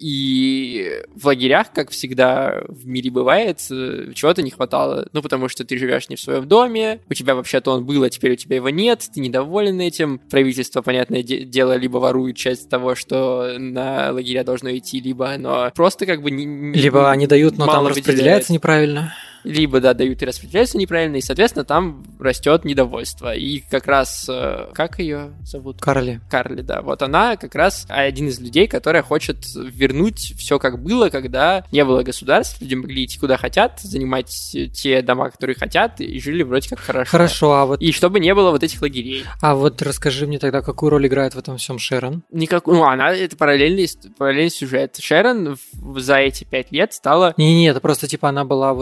И в лагерях, как всегда в мире бывает, э, чего-то не хватало. Ну, потому что ты живешь не в своем доме, у тебя вообще-то он был, а теперь у тебя его нет, ты недоволен этим. Правительство, понятное де- дело, либо ворует часть того, что на лагеря должно идти, либо оно просто как бы... Не, не- Либо они дают, но мало там выделяет. распределяется неправильно. Либо, да, дают и распределяются неправильно, и, соответственно, там растет недовольство. И как раз... э, Как ее зовут? Карли. Карли, да. Вот она как раз один из людей, которая хочет вернуть все как было, когда не было государств, люди могли идти куда хотят, занимать те дома, которые хотят, и жили вроде как хорошо. Хорошо, а вот, И чтобы не было вот этих лагерей. а вот расскажи мне тогда, какую роль играет в этом всем Шерон? Никак... Ну, она, это параллельный, параллельный сюжет. Шерон в- за эти пять лет стала... Не-не, это просто типа она была вот этим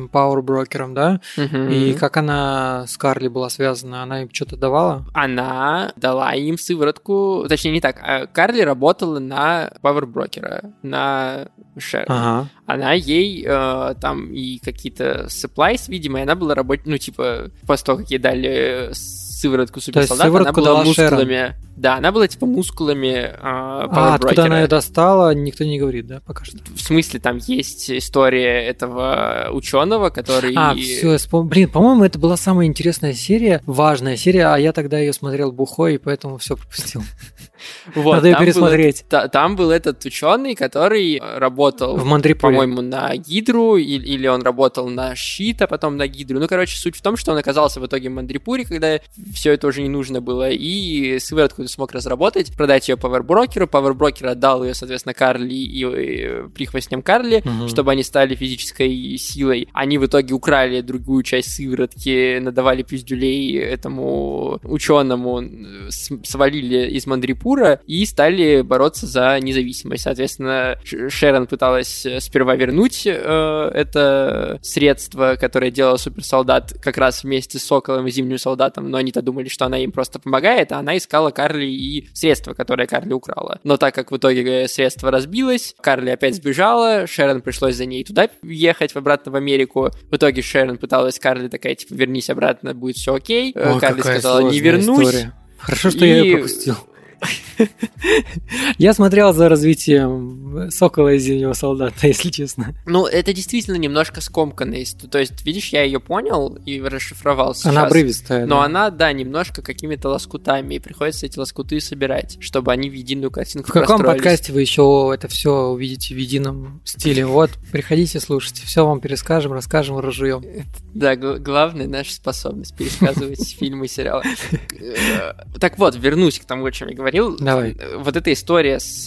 этим пауэр-брокером, да? Мгм. И как она с Карли была связана? Она им что-то давала? Она дала им сыворотку, точнее не так, а Карли работала на пауэр-брокера, на Шерон. Ага. Она ей э, там и какие-то supplies, видимо, и она была работать, ну, типа, после того, как ей дали сыворотку суперсолдата, она сыворотку была дала мускулами. Да, она была, типа, мускулами э, А пауэр-брокера. откуда она ее достала, никто не говорит, да, пока что? В смысле, там есть история этого ученого, который... А, все, я вспомнил. Блин, по-моему, это была самая интересная серия, важная серия, а я тогда ее смотрел бухой, и поэтому все пропустил. Вот, Надо ее там был пересмотреть. эт- та- Там был этот ученый, который работал, В Мандрипуре. по-моему, на Гидру, и- или он работал на Щит, а потом на Гидру. Ну, короче, суть в том, что он оказался в итоге в Мандрипуре, когда все это уже не нужно было, и сыворотку смог разработать, продать ее пауэрброкеру. Пауэрброкер отдал ее, соответственно, Карли и, и прихвостням Карли, Мгм. чтобы они стали физической силой. Они в итоге украли другую часть сыворотки, надавали пиздюлей этому ученому, с- свалили из Мандрипура и стали бороться за независимость. Соответственно, Ш- Шерон пыталась э, сперва вернуть э, это средство, которое делал суперсолдат как раз вместе с Соколом и Зимним солдатом, но они-то думали, что она им просто помогает, а она искала Карли и средство, которое Карли украла. Но так как в итоге средство разбилось, Карли опять сбежала, Шерон пришлось за ней туда ехать, обратно в Америку. В итоге Шерон пыталась, Карли такая, типа, вернись обратно, будет все окей. Э, Ой, Карли какая сказала, не сложная вернусь. история. Хорошо, что я И- ее пропустил. Я смотрел за развитием Сокола и Зимнего солдата, если честно. Ну, это действительно немножко скомканная история. То есть, видишь, я ее понял и расшифровал сейчас. Она обрывистая. Но да. она, да, немножко какими-то лоскутами, и приходится эти лоскуты собирать, чтобы они в единую картинку В каком простроились. подкасте вы еще это все увидите в едином стиле? Вот, приходите, слушайте, все вам перескажем, расскажем, разжуем. Да, г- главная наша способность пересказывать фильмы и сериалы. Э, Так вот, вернусь к тому, о чем я говорил. Давай. Вот эта история с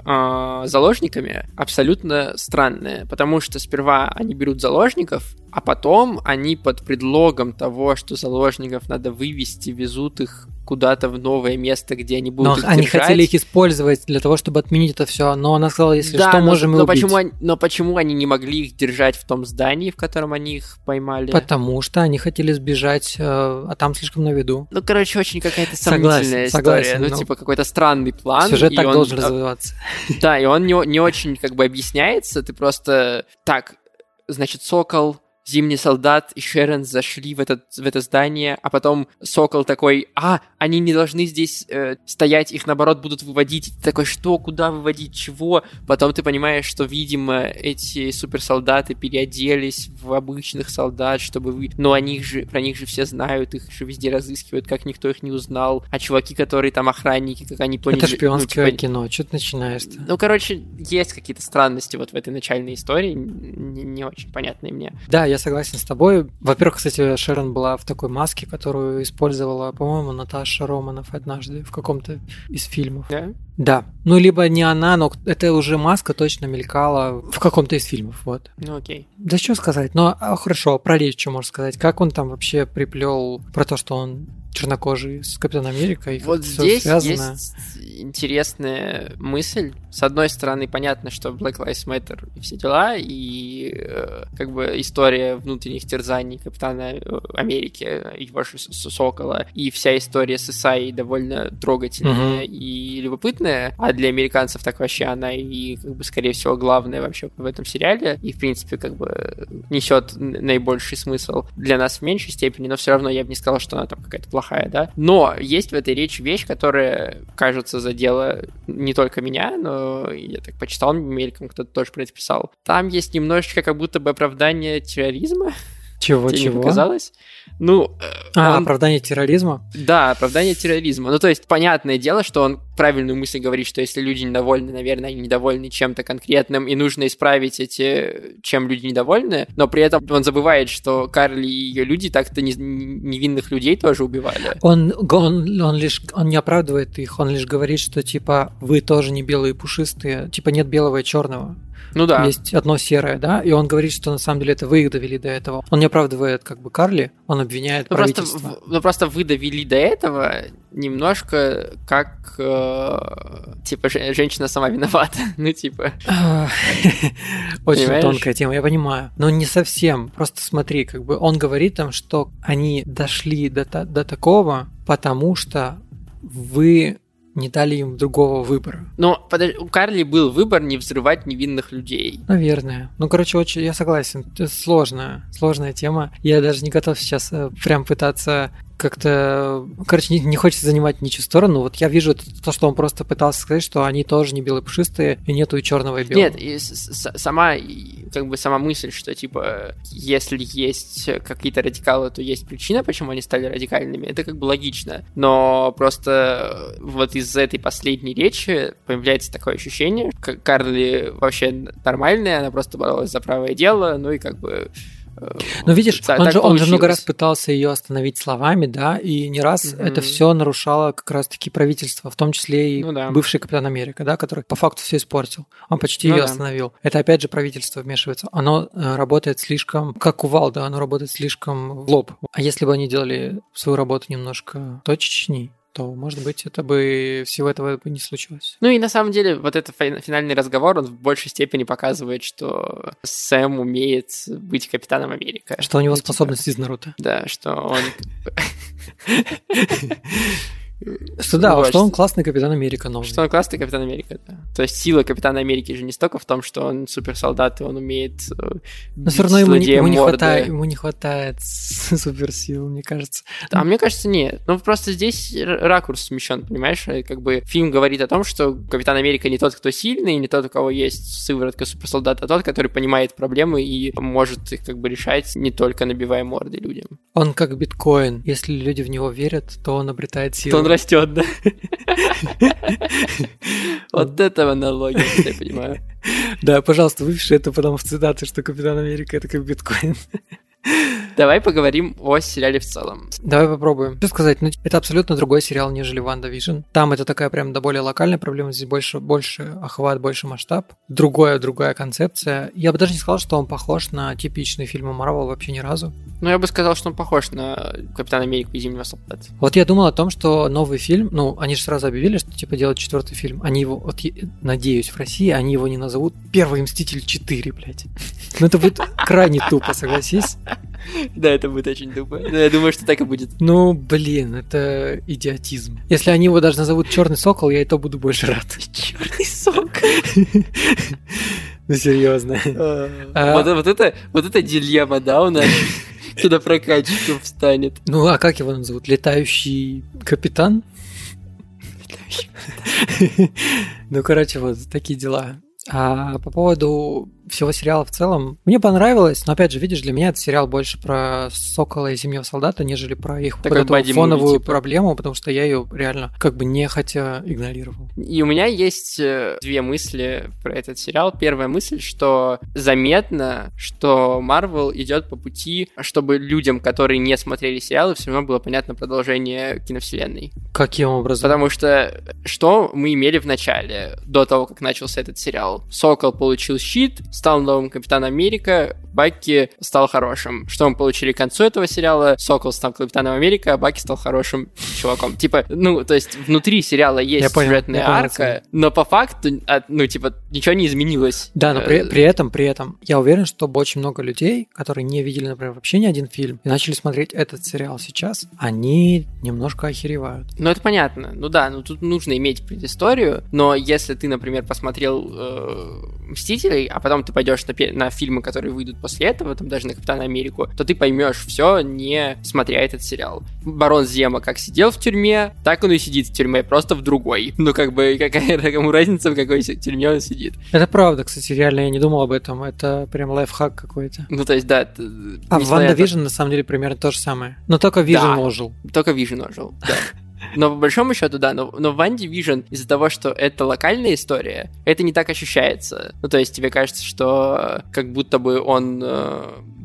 э, заложниками абсолютно странная, потому что сперва они берут заложников, а потом они под предлогом того, что заложников надо вывести, везут их куда-то в новое место, где они будут Но их они держать. хотели их использовать для того, чтобы отменить это все. Но она сказала, если Да, что, но, можем и но убить. почему, они, но почему они не могли их держать в том здании, в котором они их поймали? Потому что они хотели сбежать, э, а там слишком на виду. Ну, короче, очень какая-то Согласен, сомнительная согласен, история. Ну, но типа, какой-то странный план. Сюжет и так он- должен развиваться. Да, и он не, не очень как бы объясняется. Ты просто... Так, значит, Сокол, Зимний солдат и Шерон зашли в, этот, в это здание, а потом Сокол такой, а, они не должны здесь э, стоять, их наоборот будут выводить. И ты такой, что, куда выводить, чего? Потом ты понимаешь, что, видимо, эти суперсолдаты переоделись в обычных солдат, чтобы вы... Но они же, про них же все знают, их же везде разыскивают, как никто их не узнал. А чуваки, которые там охранники, как они поняли... Это шпионское ну, типа, кино, что ты начинаешь-то? ну, короче, есть какие-то странности вот в этой начальной истории, не, не очень понятные мне. Да, я согласен с тобой. Во-первых, кстати, Шерон была в такой маске, которую использовала, по-моему, Наташа Романов однажды в каком-то из фильмов. Да? Да. Ну, либо не она, но это уже маска точно мелькала в каком-то из фильмов, вот. Ну, окей. Да что сказать? Ну, а, хорошо, про Ли что можешь сказать? Как он там вообще приплел про то, что он чернокожий с Капитаном Америкой? Вот всё здесь связано? есть интересная мысль. С одной стороны, понятно, что Black Lives Matter и все дела, и э, как бы история внутренних терзаний Капитана Америки, его же Сокола, и вся история с Исаей довольно трогательная Мгм. и любопытная, а для американцев так вообще она и, как бы, скорее всего, главная вообще в этом сериале, и, в принципе, как бы несет наибольший смысл для нас в меньшей степени, но все равно я бы не сказал, что она там какая-то плохая, да. Но есть в этой речи вещь, которая, кажется, задела не только меня, но я так почитал мельком, кто-то тоже про это писал. Там есть немножечко как будто бы оправдание терроризма. Чего, Тебе не чего? показалось? Ну, э, А, он- оправдание терроризма? да, оправдание терроризма. Ну, то есть, понятное дело, что он правильную мысль говорит, что если люди недовольны, наверное, они недовольны чем-то конкретным, и нужно исправить эти, чем люди недовольны, но при этом он забывает, что Карли и ее люди так-то не- невинных людей тоже убивали. Он, он, он лишь он не оправдывает их, он лишь говорит, что типа вы тоже не белые и пушистые, типа нет белого и черного. Ну да. Есть одно серое, да, и он говорит, что на самом деле это вы их довели до этого. Он не оправдывает как бы Карли, он обвиняет ну, правительство. Просто, ну просто вы довели до этого немножко как, э, типа, женщина сама виновата. Ну, типа... Очень тонкая тема, я понимаю. Но не совсем. Просто смотри, как бы он говорит там, что они дошли до, до такого, потому что вы не дали им другого выбора. Но подожди, у Карли был выбор не взрывать невинных людей. Наверное. Ну, короче, очень, я согласен. Это сложная, сложная тема. Я даже не готов сейчас прям пытаться как-то... Короче, не, не хочется занимать ничью сторону. Вот я вижу то, что он просто пытался сказать, что они тоже не белые пушистые, и нету и черного и белого. Нет, и сама, как бы сама мысль, что, типа, если есть какие-то радикалы, то есть причина, почему они стали радикальными, это как бы логично. Но просто вот из этой последней речи появляется такое ощущение, как Карли вообще нормальная, она просто боролась за правое дело, ну и как бы... Ну, видишь, да, он, же, он же много раз пытался ее остановить словами, да, и не раз mm-hmm. это все нарушало как раз-таки правительство, в том числе и ну, да. бывший Капитан Америка, да, который по факту все испортил. Он почти ну, ее да. остановил. Это опять же правительство вмешивается. Оно работает слишком, как кувалда, оно работает слишком в лоб. А если бы они делали свою работу немножко точечней, то, может быть, это бы всего этого бы не случилось. Ну и на самом деле вот этот финальный разговор, он в большей степени показывает, что Сэм умеет быть Капитаном Америка. Что у него способность из Наруто. Да, что он... Что да, что он классный Капитан Америка новый. Что он классный Капитан Америка, да. То есть сила Капитана Америки же не столько в том, что он суперсолдат, и он умеет но все равно ему не, ему, не хватает, ему не хватает суперсил, мне кажется. А мне кажется, нет. Ну, просто здесь ракурс смещен, понимаешь? Как бы фильм говорит о том, что Капитан Америка не тот, кто сильный, не тот, у кого есть сыворотка суперсолдата, а тот, который понимает проблемы и может их как бы решать, не только набивая морды людям. Он как биткоин. Если люди в него верят, то он обретает силу. Он растет, да? Вот этого аналогия, я понимаю. Да, пожалуйста, выпиши это потом в цитаты, что Капитан Америка — это как биткоин. Давай поговорим о сериале в целом. Давай попробуем. Что сказать? Ну, это абсолютно другой сериал, нежели WandaVision. Там это такая прям да более локальная проблема, здесь больше, больше охват, больше масштаб. Другая, другая концепция. Я бы даже не сказал, что он похож на типичные фильмы Marvel вообще ни разу. Ну, я бы сказал, что он похож на Капитана Америку и Зимнего солдата. Вот я думал о том, что новый фильм, ну, они же сразу объявили, что типа делают четвертый фильм. Они его, вот надеюсь, в России они его не назовут «Первый Мститель четыре», блядь. Ну, это будет крайне тупо, согласись. Да, это будет очень тупо. Но я думаю, что так и будет. Ну, блин, это идиотизм. Если они его даже назовут «Черный сокол», я и то буду больше рад. Черный сокол. Ну, серьезно. Вот это вот это дилемма, да, у нас сюда прокатчиков встанет. Ну, а как его назовут? Летающий капитан? Летающий капитан. Ну, короче, вот такие дела. А по поводу всего сериала в целом, мне понравилось, но опять же, видишь, для меня этот сериал больше про Сокола и Зимнего солдата, нежели про их вот эту фоновую типа. проблему, потому что я ее реально как бы нехотя игнорировал. И у меня есть две мысли про этот сериал. Первая мысль, что заметно, что Marvel идет по пути, чтобы людям, которые не смотрели сериалы, все равно было понятно продолжение киновселенной. Каким образом? Потому что что мы имели в начале, до того, как начался этот сериал? Сокол получил щит, стал новым Капитаном Америка, Баки стал хорошим. Что мы получили к концу этого сериала? Сокол стал Капитаном Америка, а Баки стал хорошим чуваком. Типа, ну, то есть внутри сериала есть понял, сюжетная арка, понял. Но по факту, ну, типа, ничего не изменилось. Да, но при, при этом, при этом, я уверен, что очень много людей, которые не видели, например, вообще ни один фильм, и начали смотреть этот сериал сейчас, они немножко охеревают. Ну, это понятно. Ну да, ну тут нужно иметь предысторию, но если ты, например, посмотрел э, Мстителей, а потом ты пойдешь на, на фильмы, которые выйдут после этого, там даже на Капитана Америку, то ты поймешь все, не смотря этот сериал. Барон Зема как сидел в тюрьме, так он и сидит в тюрьме, просто в другой. Ну, как бы, какая кому разница, в какой тюрьме он сидит. Это правда, кстати, реально, я не думал об этом. Это прям лайфхак какой-то. Ну, то есть, да. А в WandaVision, на самом деле, примерно то же самое. Но только Vision да, ожил. Только Vision ожил, да. Но по большому счету, да, но, но в WandaVision из-за того, что это локальная история, это не так ощущается. Ну, то есть тебе кажется, что как будто бы он э,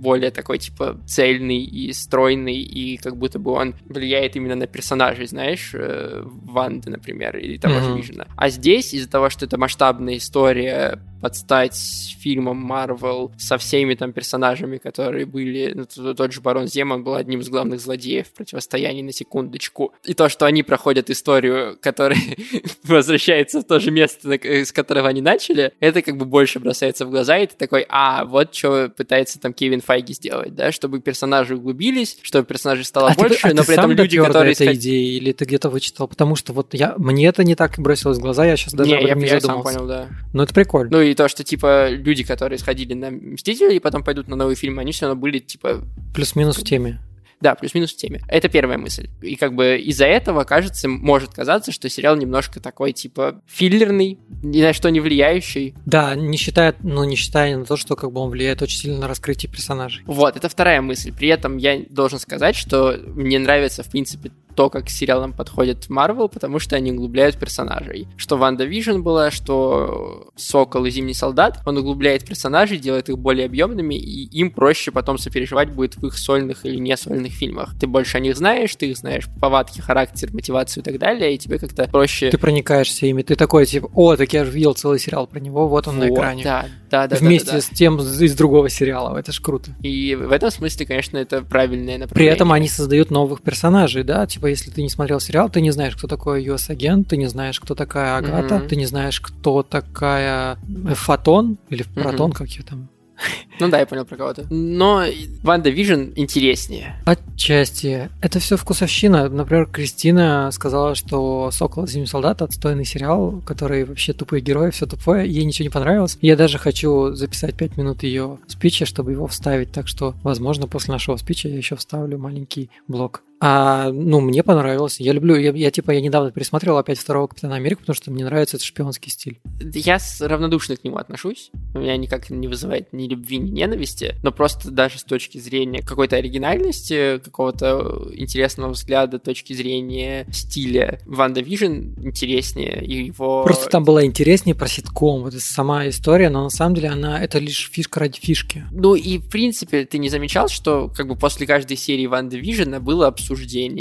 более такой, типа, цельный и стройный, и как будто бы он влияет именно на персонажей, знаешь, Ванды, например, или того mm-hmm. же Вижена. А здесь, из-за того, что это масштабная история под стать фильмом Marvel со всеми там персонажами, которые были... Ну, тот же Барон Зем, он был одним из главных злодеев в противостоянии, на секундочку. И то, что они проходят историю, которая возвращается в то же место, с которого они начали, это как бы больше бросается в глаза, и ты такой, а, вот что пытается там Кевин Файги сделать, да, чтобы персонажи углубились, чтобы персонажей стало а больше, ты, а но при этом люди, которые... этой идеи, или ты где-то вычитал? Потому что вот я... мне это не так бросилось в глаза, я сейчас даже не, об этом я, не я задумался. сам понял, да. Ну, это прикольно. Ну, и то, что, типа, люди, которые сходили на «Мстителей» и потом пойдут на новый фильм, они все равно были, типа... Плюс-минус в теме. Да, плюс-минус в теме. Это первая мысль. И как бы из-за этого, кажется, может казаться, что сериал немножко такой, типа, филлерный, ни на что не влияющий. Да, не считая, ну, не считая на то, что как бы он влияет очень сильно на раскрытие персонажей. Вот, это вторая мысль. При этом я должен сказать, что мне нравится, в принципе, то, как к сериалам подходит Marvel, потому что они углубляют персонажей. Что Ванда Вижн была, что Сокол и Зимний Солдат, он углубляет персонажей, делает их более объемными, и им проще потом сопереживать будет в их сольных или не сольных фильмах. Ты больше о них знаешь, ты их знаешь повадки, характер, мотивацию и так далее, и тебе как-то проще... Ты проникаешься ими, ты такой, типа, о, так я же видел целый сериал про него, вот он вот, на экране. Да, да, да. Вместе да, да, с тем из другого сериала, это ж круто. И в этом смысле, конечно, это правильное направление. При этом они создают новых персонажей, да, типа, если ты не смотрел сериал, ты не знаешь, кто такой ю эс-агент, ты не знаешь, кто такая Агата, mm-hmm. ты не знаешь, кто такая Фотон, или Протон, mm-hmm. как ее там... Ну да, я понял про кого-то. Но Ванда Вижн интереснее. Отчасти. Это все вкусовщина. Например, Кристина сказала, что «Сокол и Зимний Солдат» — отстойный сериал, который вообще тупые герои, все тупое, ей ничего не понравилось. Я даже хочу записать пять минут ее спича, чтобы его вставить, так что, возможно, после нашего спича я еще вставлю маленький блок. А, ну, мне понравилось. Я люблю, я, я типа, я недавно пересмотрел опять второго Капитана Америки, потому что мне нравится этот шпионский стиль. Я равнодушно к нему отношусь. У меня никак не вызывает ни любви, ни ненависти, но просто даже с точки зрения какой-то оригинальности, какого-то интересного взгляда, точки зрения стиля, Ванда Вижн интереснее, и его... Просто там была интереснее про ситком, вот сама история, но на самом деле она, это лишь фишка ради фишки. Ну и, в принципе, ты не замечал, что как бы после каждой серии Ванда Вижна было обсуждение.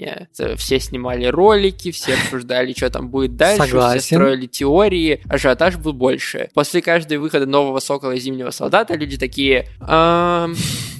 Все снимали ролики, все обсуждали, что там будет дальше, Согласен. Все строили теории, ажиотаж был больше. После каждого выхода нового Сокола и Зимнего Солдата люди такие... Эм...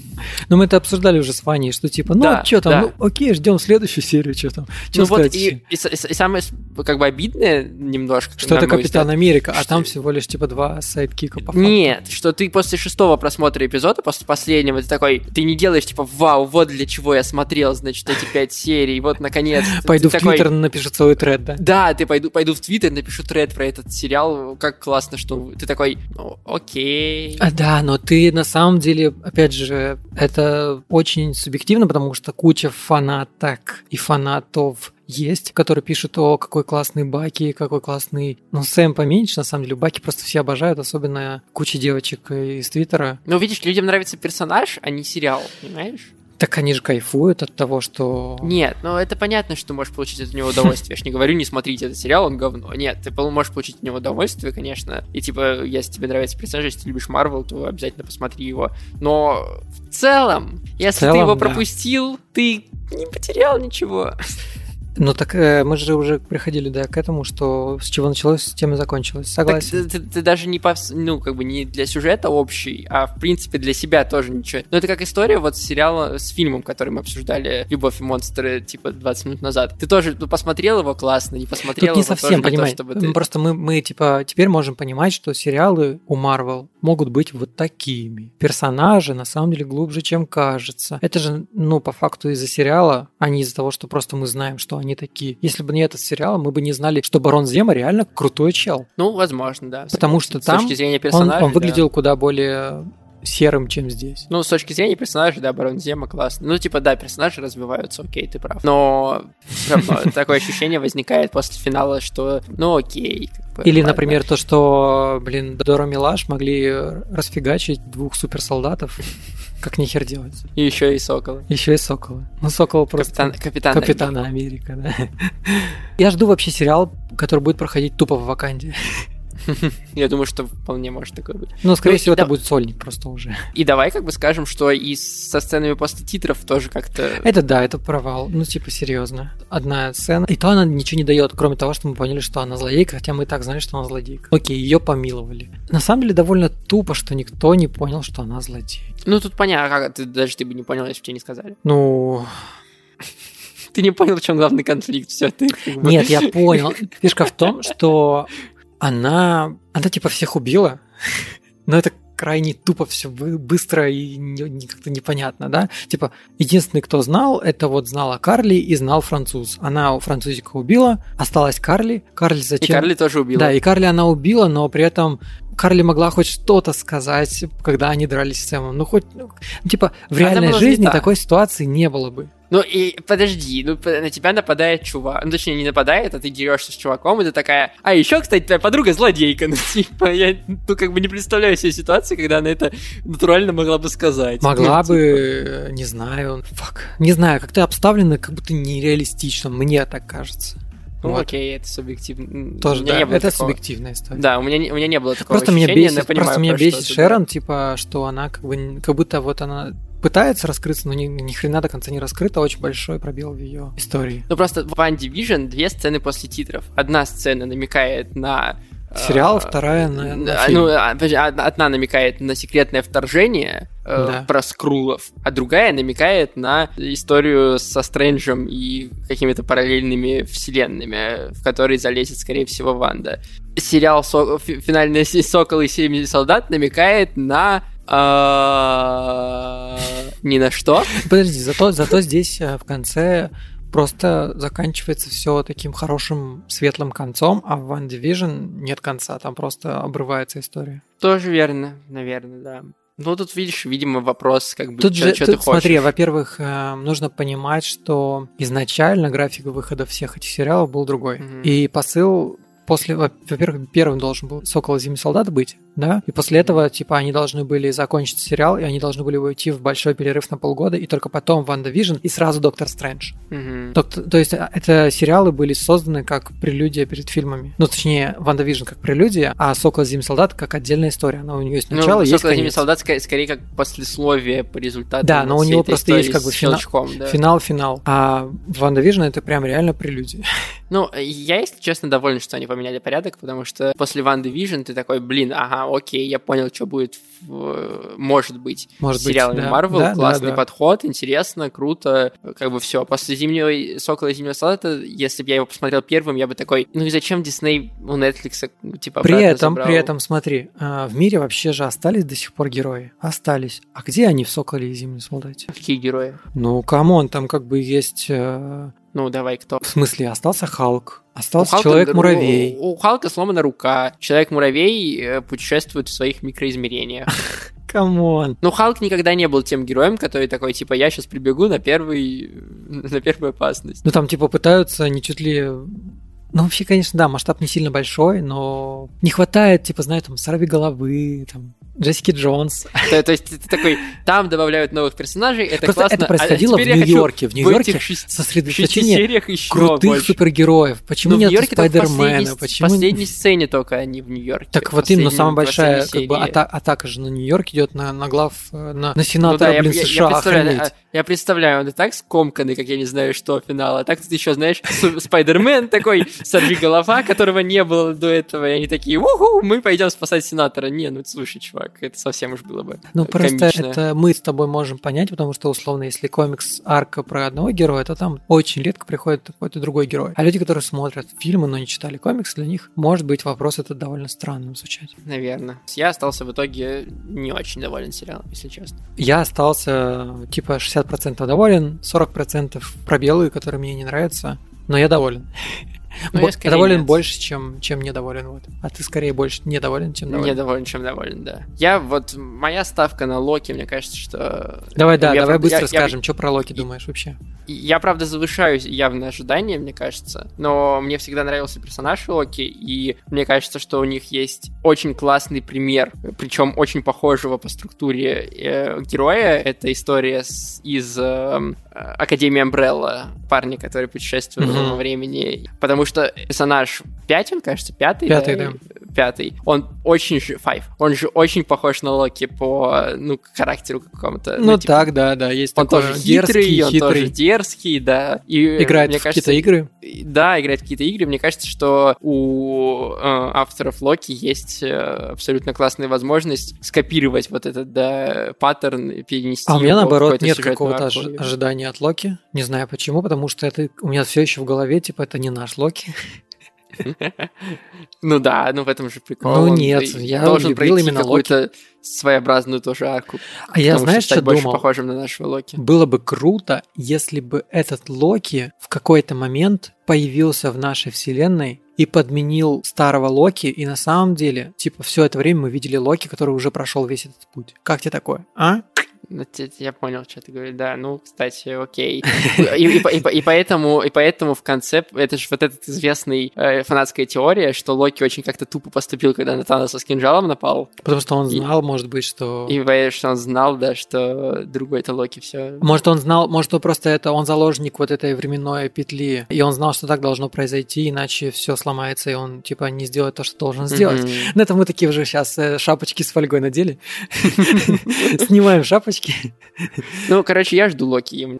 Но мы это обсуждали уже с Ваней, что типа, ну, да, что там, да. ну, окей, ждем следующую серию, что там. Что ну сказать, вот, и, и, и, и самое, как бы, обидное немножко... Что это Капитан взгляд, Америка, что... а там всего лишь, типа, два сайдкика по факту. Нет, что ты после шестого просмотра эпизода, после последнего, ты такой, ты не делаешь, типа, вау, вот для чего я смотрел, значит, эти пять серий, вот, наконец. Пойду в такой... Твиттер, напишу целый тред, да? Да, ты пойду, пойду в Твиттер, напишу тред про этот сериал, как классно, что ты такой, ну, окей. А, да, но ты на самом деле, опять же, это очень субъективно, потому что куча фанаток и фанатов есть, которые пишут, о, какой классный Баки, какой классный... Ну, Сэм поменьше, на самом деле. Баки просто все обожают, особенно куча девочек из Твиттера. Ну, видишь, людям нравится персонаж, а не сериал, понимаешь? Так они же кайфуют от того, что... Нет, ну это понятно, что ты можешь получить от него удовольствие. Я ж не говорю, не смотрите этот сериал, он говно. Нет, ты можешь получить от него удовольствие, конечно. И типа, если тебе нравится персонаж, если ты любишь Марвел, то обязательно посмотри его. Но в целом, если в целом, ты его пропустил, да. Ты не потерял ничего. Ну так э, мы же уже приходили, да, к этому, что с чего началось, с тем и закончилось. Согласен. Так, ты, ты, ты даже не, по, ну, как бы не для сюжета общий, а в принципе для себя тоже ничего. Но это как история вот с сериала, с фильмом, который мы обсуждали, «Любовь и монстры», типа двадцать минут назад. Ты тоже ну, посмотрел его классно, не посмотрел Тут его не совсем, понимаешь. Ты... Просто мы, мы типа теперь можем понимать, что сериалы у Marvel могут быть вот такими. Персонажи на самом деле глубже, чем кажется. Это же, ну, по факту из-за сериала, а не из-за того, что просто мы знаем, что они такие. Если бы не этот сериал, мы бы не знали, что Барон Зема реально крутой чел. Ну, возможно, да. Потому что с там точки зрения персонажей, он, он выглядел да. куда более серым, чем здесь. Ну, с точки зрения персонажей, да, Барон Зема классно. Ну, типа, да, персонажи развиваются, окей, ты прав. Но все равно такое ощущение возникает после финала, что, ну, окей. Или, например, то, что, блин, Дора Милаш могли расфигачить двух суперсолдатов. Как нихер делать. И еще и Сокола. Еще и Сокола. Ну, Сокола просто... Капитан, Капитан Капитана Америка, да. Я жду вообще сериал, который будет проходить тупо в Ваканде. Я думаю, что вполне может такое быть. Ну, скорее Ну, всего, да- это будет сольник просто уже. И давай как бы скажем, что и со сценами после титров тоже как-то... Это да, это провал. Ну, типа, серьезно. Одна сцена. И то она ничего не дает, кроме того, что мы поняли, что она злодейка, хотя мы и так знали, что она злодейка. Окей, ее помиловали. На самом деле, довольно тупо, что никто не понял, что она злодей. Ну, тут понятно, как ты, даже ты бы не понял, если бы тебе не сказали. Ну, Ты не понял, в чем главный конфликт, все, ты... как бы- нет, я понял. Фишка в том, что она, она типа всех убила, но это крайне тупо все быстро и не- не- как-то непонятно, да? Типа, единственный, кто знал, это вот знала Карли и знал француз. Она у французика убила, осталась Карли. Карли И зачем? Карли тоже убила. Да, и Карли она убила, но при этом Карли могла хоть что-то сказать, когда они дрались с Сэмом. Ну, хоть, ну, типа, в Она реальной была жизни занята. такой ситуации не было бы. Ну и подожди, ну п- на тебя нападает чувак. Ну, точнее, не нападает, а ты дерешься с чуваком, и ты такая. А еще, кстати, твоя подруга злодейка. Ну, типа, я ну как бы не представляю себе ситуацию, когда она это натурально могла бы сказать. Могла Ну, типа, бы, не знаю, фак. Не знаю, как-то обставлено, как будто нереалистично, мне так кажется. Ну Вот. окей, это субъективно. Тоже, У меня да, не было это такого. субъективная история. Да, у меня, не- у меня не было такого Просто меня ощущения, бесит, но я понимаю, просто меня про бесит что ты, Шерон, типа, что она как бы, н- как будто вот она пытается раскрыться, но ни, ни хрена до конца не раскрыта, очень большой пробел в ее истории. Ну просто в One Division две сцены после титров. Одна сцена намекает на... Сериал, э, вторая на, на а, фильм. ну, а, подожди, одна одна намекает на секретное вторжение э, Да. про скрулов, а другая намекает на историю со Стрэнджем и какими-то параллельными вселенными, в которые залезет, скорее всего, Ванда. Сериал Со- фи- «Финальный с- Сокол и семь солдат» намекает на... э, ни на что. Подожди, зато, зато здесь э, в конце просто заканчивается все таким хорошим светлым концом, а в One Division нет конца, там просто обрывается история. Тоже верно, наверное, да. Ну, тут, видишь, видимо, вопрос, как бы, Тут что же, ты тут, хочешь. смотри, во-первых, э, нужно понимать, что изначально график выхода всех этих сериалов был другой. Мгм. И посыл после, во- во-первых, первым должен был «Сокол и Зимний солдат» быть, да? И после этого, типа, они должны были закончить сериал, и они должны были уйти в большой перерыв на полгода, и только потом Ванда Вижн, и сразу Доктор Стрэндж. Мгм. То, то есть а, это сериалы были созданы как прелюдия перед фильмами. Ну, точнее, Ванда Вижн как прелюдия, а Сокол и Зимний солдат как отдельная история. Она у нее есть начало, ну, есть «Сокол и Зимний конец. солдат» скорее, скорее как послесловие по результатам Да, но у всей него этой просто есть истории как бы с финал- щелчком, да. Финал-финал. А Ванда Вижн это прям реально прелюдия. Ну, я, если честно, доволен, что они поменяли порядок, потому что после Ванды Вижн ты такой, блин, ага, окей, я понял, что будет, в, может быть, Может с быть, сериалами да. Marvel, Да, классный да, да. подход, интересно, круто, как бы все. После Зимнего Сокола и Зимнего солдата, если бы я его посмотрел первым, я бы такой, ну и зачем Дисней у Netflix типа При обратно этом, забрал? при этом, смотри, а, в мире вообще же остались до сих пор герои. Остались. А где они в Соколе и Зимнем солдате? Какие герои? Ну, камон, там как бы есть... э, Ну, давай, кто? В смысле, остался Халк, У остался Халка- Человек-муравей. У, у Халка сломана рука. Человек-муравей э, путешествует в своих микроизмерениях. Камон. Ну, Халк никогда не был тем героем, который такой, типа, я сейчас прибегу на первый, на первую опасность. Ну, там типа пытаются не чуть ли... Ну, вообще, конечно, да, масштаб не сильно большой, но не хватает, типа, знаешь, там, Сорви головы, там, Джессики Джонс. То, то есть ты такой, там добавляют новых персонажей, это Просто классно. это а происходило в теперь я хочу Нью-Йорке. В Нью-Йорке этих шести- шести сосредоточение сериях еще крутых больше. супергероев. Почему Но в нет Нью-Йорке только в Спайдермена? последней, Почему... в последней сцене только они в Нью-Йорке. Так в вот именно последнем- самая в большая последней как бы, серии. ата- атака же на Нью-Йорк идет на, на глав, э, на, на Ну сенатора, да, я, блин, я- я США. представляю, охренеть. а, я представляю, он и так скомканный, как я не знаю, что финал. А так тут еще, знаешь, Су- Спайдермен такой, сорви голова, которого не было до этого. И они такие, уху, мы пойдем спасать сенатора. Не, ну слушай, чувак, это совсем уж было бы Ну, просто комично. это мы с тобой можем понять, потому что, условно, если комикс арка про одного героя, то там очень редко приходит какой-то другой герой. А люди, которые смотрят фильмы, но не читали комикс, для них, может быть, вопрос этот довольно странным звучать. Наверное. Я остался в итоге не очень доволен сериалом, если честно. Я остался, типа, шестьдесят процентов доволен, сорок процентов пробелы, которые мне не нравятся, но я доволен. Ну, Бо- я скорее доволен нет. больше, чем, чем недоволен. Вот. А ты скорее больше недоволен, чем доволен. Не доволен, чем доволен, да. Я вот, моя ставка на Локи, мне кажется, что... Давай, да, Я давай правда- быстро я- я- скажем, что про Локи думаешь вообще. Я, правда, завышаю явно ожидания, мне кажется, но мне всегда нравился персонаж Локи, и мне кажется, что у них есть очень классный пример, причем очень похожего по структуре э, героя. Это история с- из э, Академии Амбрелла, парня, который путешествует Мгм. во времени. Потому что персонаж пять, он, кажется, пятый, Пятый, да? да. пятый, он очень же... Five. Он же очень похож на Локи по, ну, характеру какому-то. Ну, ну типа, так, да, да. Есть он такой тоже хитрый, дерзкий, он хитрый. тоже дерзкий, да. И, играет мне в кажется, какие-то игры. Да, играет в какие-то игры. Мне кажется, что у э, авторов Локи есть э, абсолютно классная возможность скопировать вот этот, да, паттерн, перенести А у меня, его в наоборот, какой-то нет сюжетную какого-то арку. ожи- ожидания от Локи. Не знаю почему, потому что это у меня все еще в голове, типа, это не наш Локи. Ну да, ну в этом же прикол. Ну Он нет, и я должен любил пройти именно какую-то своеобразную тоже арку. А я, потому знаешь, что стать что больше думал? похожим на нашего Локи. Было бы круто, если бы этот Локи в какой-то момент появился в нашей вселенной и подменил старого Локи, и на самом деле, типа, все это время мы видели Локи, который уже прошел весь этот путь. Как тебе такое, а? Ну, я понял, что ты говоришь. Да, ну, кстати, окей. И, и, и, и, поэтому, и поэтому в конце, это же вот эта известная э, фанатская теория, что Локи очень как-то тупо поступил, когда на Таноса с кинжалом напал. Потому что он И- знал, может быть, что... И потому что он знал, да, что другой-то Локи все. Может, он знал, может, он просто это, он заложник вот этой временной петли, и он знал, что так должно произойти, иначе все сломается, и он, типа, не сделает то, что должен сделать. На этом мы такие уже сейчас э, шапочки с фольгой надели. Снимаем шапочки. Ну, короче, я жду Локи.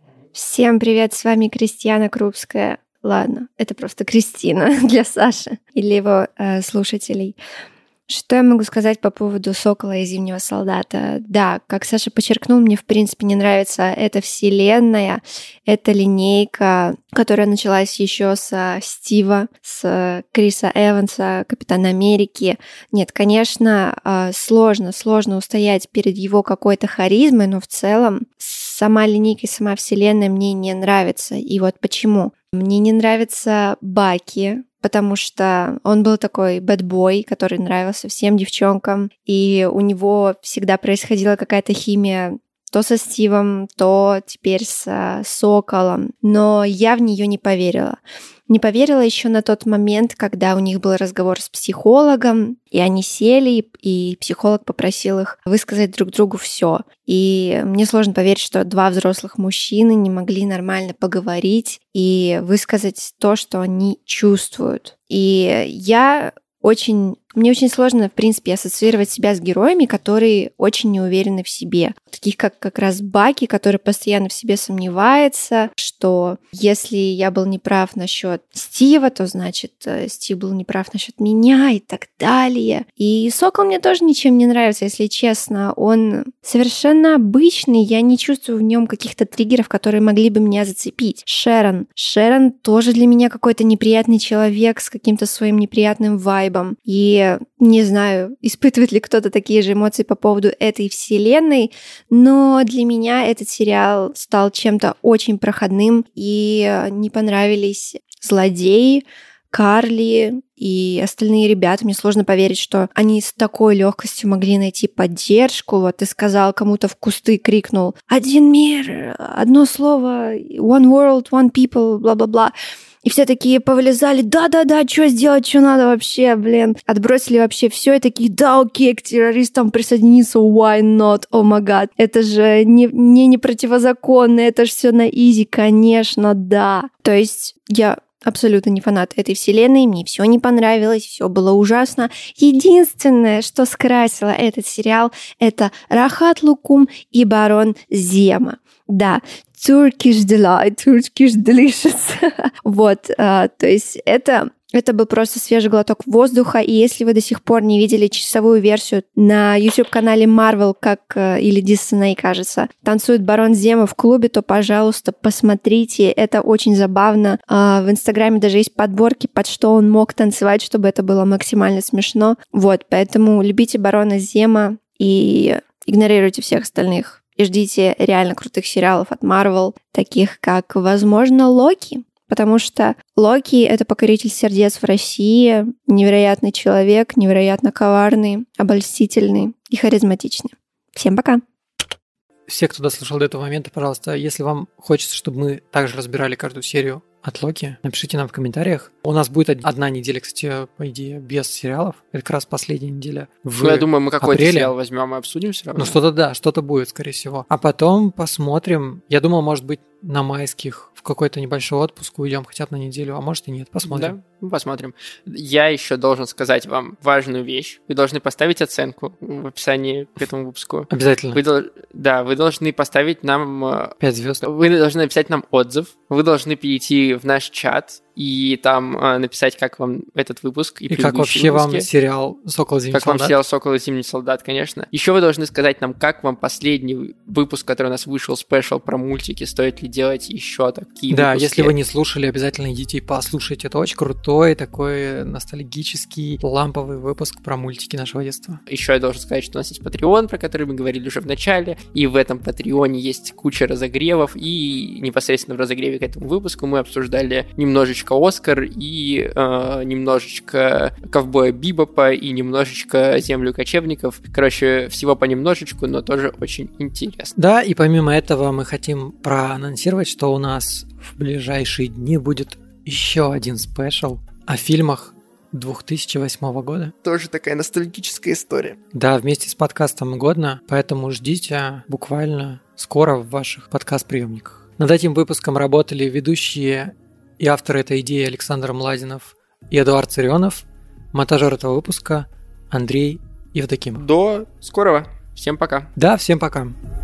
Всем привет, с вами Кристиана Крупская. Ладно, это просто Кристина для Саши или его э, слушателей. Что я могу сказать по поводу «Сокола и Зимнего солдата»? Да, как Саша подчеркнул, мне в принципе не нравится эта вселенная, эта линейка, которая началась еще со Стива, с Криса Эванса, Капитана Америки. Нет, конечно, э, сложно, сложно устоять перед его какой-то харизмой, но в целом сама линейка и сама вселенная мне не нравится. И вот почему. Мне не нравится Баки, потому что он был такой бэдбой, который нравился всем девчонкам, и у него всегда происходила какая-то химия то со Стивом, то теперь с Соколом, но я в нее не поверила. Не поверила еще на тот момент, когда у них был разговор с психологом, и они сели, и психолог попросил их высказать друг другу все. И мне сложно поверить, что два взрослых мужчины не могли нормально поговорить и высказать то, что они чувствуют. И я очень... Мне очень сложно, в принципе, ассоциировать себя с героями, которые очень не уверены в себе. Таких, как как раз Баки, который постоянно в себе сомневается, что если я был неправ насчет Стива, то значит Стив был неправ насчет меня и так далее. И Сокол мне тоже ничем не нравится, если честно. Он совершенно обычный, я не чувствую в нем каких-то триггеров, которые могли бы меня зацепить. Шерон. Шерон тоже для меня какой-то неприятный человек с каким-то своим неприятным вайбом. И не знаю, испытывает ли кто-то такие же эмоции по поводу этой вселенной, но для меня этот сериал стал чем-то очень проходным, и не понравились злодеи, Карли и остальные ребята. Мне сложно поверить, что они с такой легкостью могли найти поддержку. Вот ты сказал, кому-то в кусты крикнул «Один мир, одно слово, one world, one people, бла-бла-бла». И все такие повылезали, да-да-да, что сделать, что надо вообще, блин. Отбросили вообще все и такие, да, окей, к террористам присоединиться, why not, о май гад. Это же не, не, не противозаконно, это же все на изи, конечно, да. То есть я абсолютно не фанат этой вселенной, мне все не понравилось, все было ужасно. Единственное, что скрасило этот сериал, это Рахат Лукум и Барон Зема. Да, Turkish Delight, Turkish Delicious. Вот, а, то есть это, это был просто свежий глоток воздуха, и если вы до сих пор не видели часовую версию на YouTube-канале Marvel, как, или Disney, кажется, танцует Барон Зема в клубе, то, пожалуйста, посмотрите, это очень забавно. А, в Инстаграме даже есть подборки, под что он мог танцевать, чтобы это было максимально смешно. Вот, поэтому любите Барона Зема и игнорируйте всех остальных. И ждите реально крутых сериалов от Marvel, таких как, возможно, Локи. Потому что Локи — это покоритель сердец в России, невероятный человек, невероятно коварный, обольстительный и харизматичный. Всем пока! Все, кто дослушал до этого момента, пожалуйста, если вам хочется, чтобы мы также разбирали каждую серию от Локи, напишите нам в комментариях. У нас будет одна неделя, кстати, по идее, без сериалов. Это как раз последняя неделя в Ну, я думаю, мы какой-то апреле. сериал возьмем и обсудим все равно. Ну, что-то да, что-то будет, скорее всего. А потом посмотрим. Я думал, может быть, на майских в какой-то небольшой отпуск уйдем хотя бы на неделю, а может и нет. Посмотрим. Да, ну, посмотрим. Я еще должен сказать вам важную вещь. Вы должны поставить оценку в описании к этому выпуску. Обязательно. Вы дол- да, вы должны поставить нам... Пять звезд. Вы должны написать нам отзыв. Вы должны перейти в наш чат и там э, написать, как вам этот выпуск и, и как вообще выпуски. вам сериал «Сокол и Зимний как солдат». Как вам сериал «Сокол и Зимний солдат», конечно. Еще вы должны сказать нам, как вам последний выпуск, который у нас вышел, спешл про мультики, стоит ли делать еще такие да, выпуски. Если вы не слушали, обязательно идите и послушайте. Это очень крутой, такой ностальгический, ламповый выпуск про мультики нашего детства. Еще я должен сказать, что у нас есть Patreon, про который мы говорили уже в начале, и в этом Патреоне есть куча разогревов, и непосредственно в разогреве к этому выпуску мы обсуждали немножечко «Оскар» и э, немножечко «Ковбоя Бибопа» и немножечко «Землю кочевников». Короче, всего понемножечку, но тоже очень интересно. Да, и помимо этого мы хотим проанонсировать, что у нас в ближайшие дни будет еще один спешл о фильмах две тысячи восьмого года. Тоже такая ностальгическая история. Да, вместе с подкастом «Годно», поэтому ждите буквально скоро в ваших подкаст-приемниках. Над этим выпуском работали ведущие и авторы этой идеи Александр Младинов и Эдуард Царионов, монтажер этого выпуска Андрей Евдокимов. До скорого. Всем пока. Да, всем пока.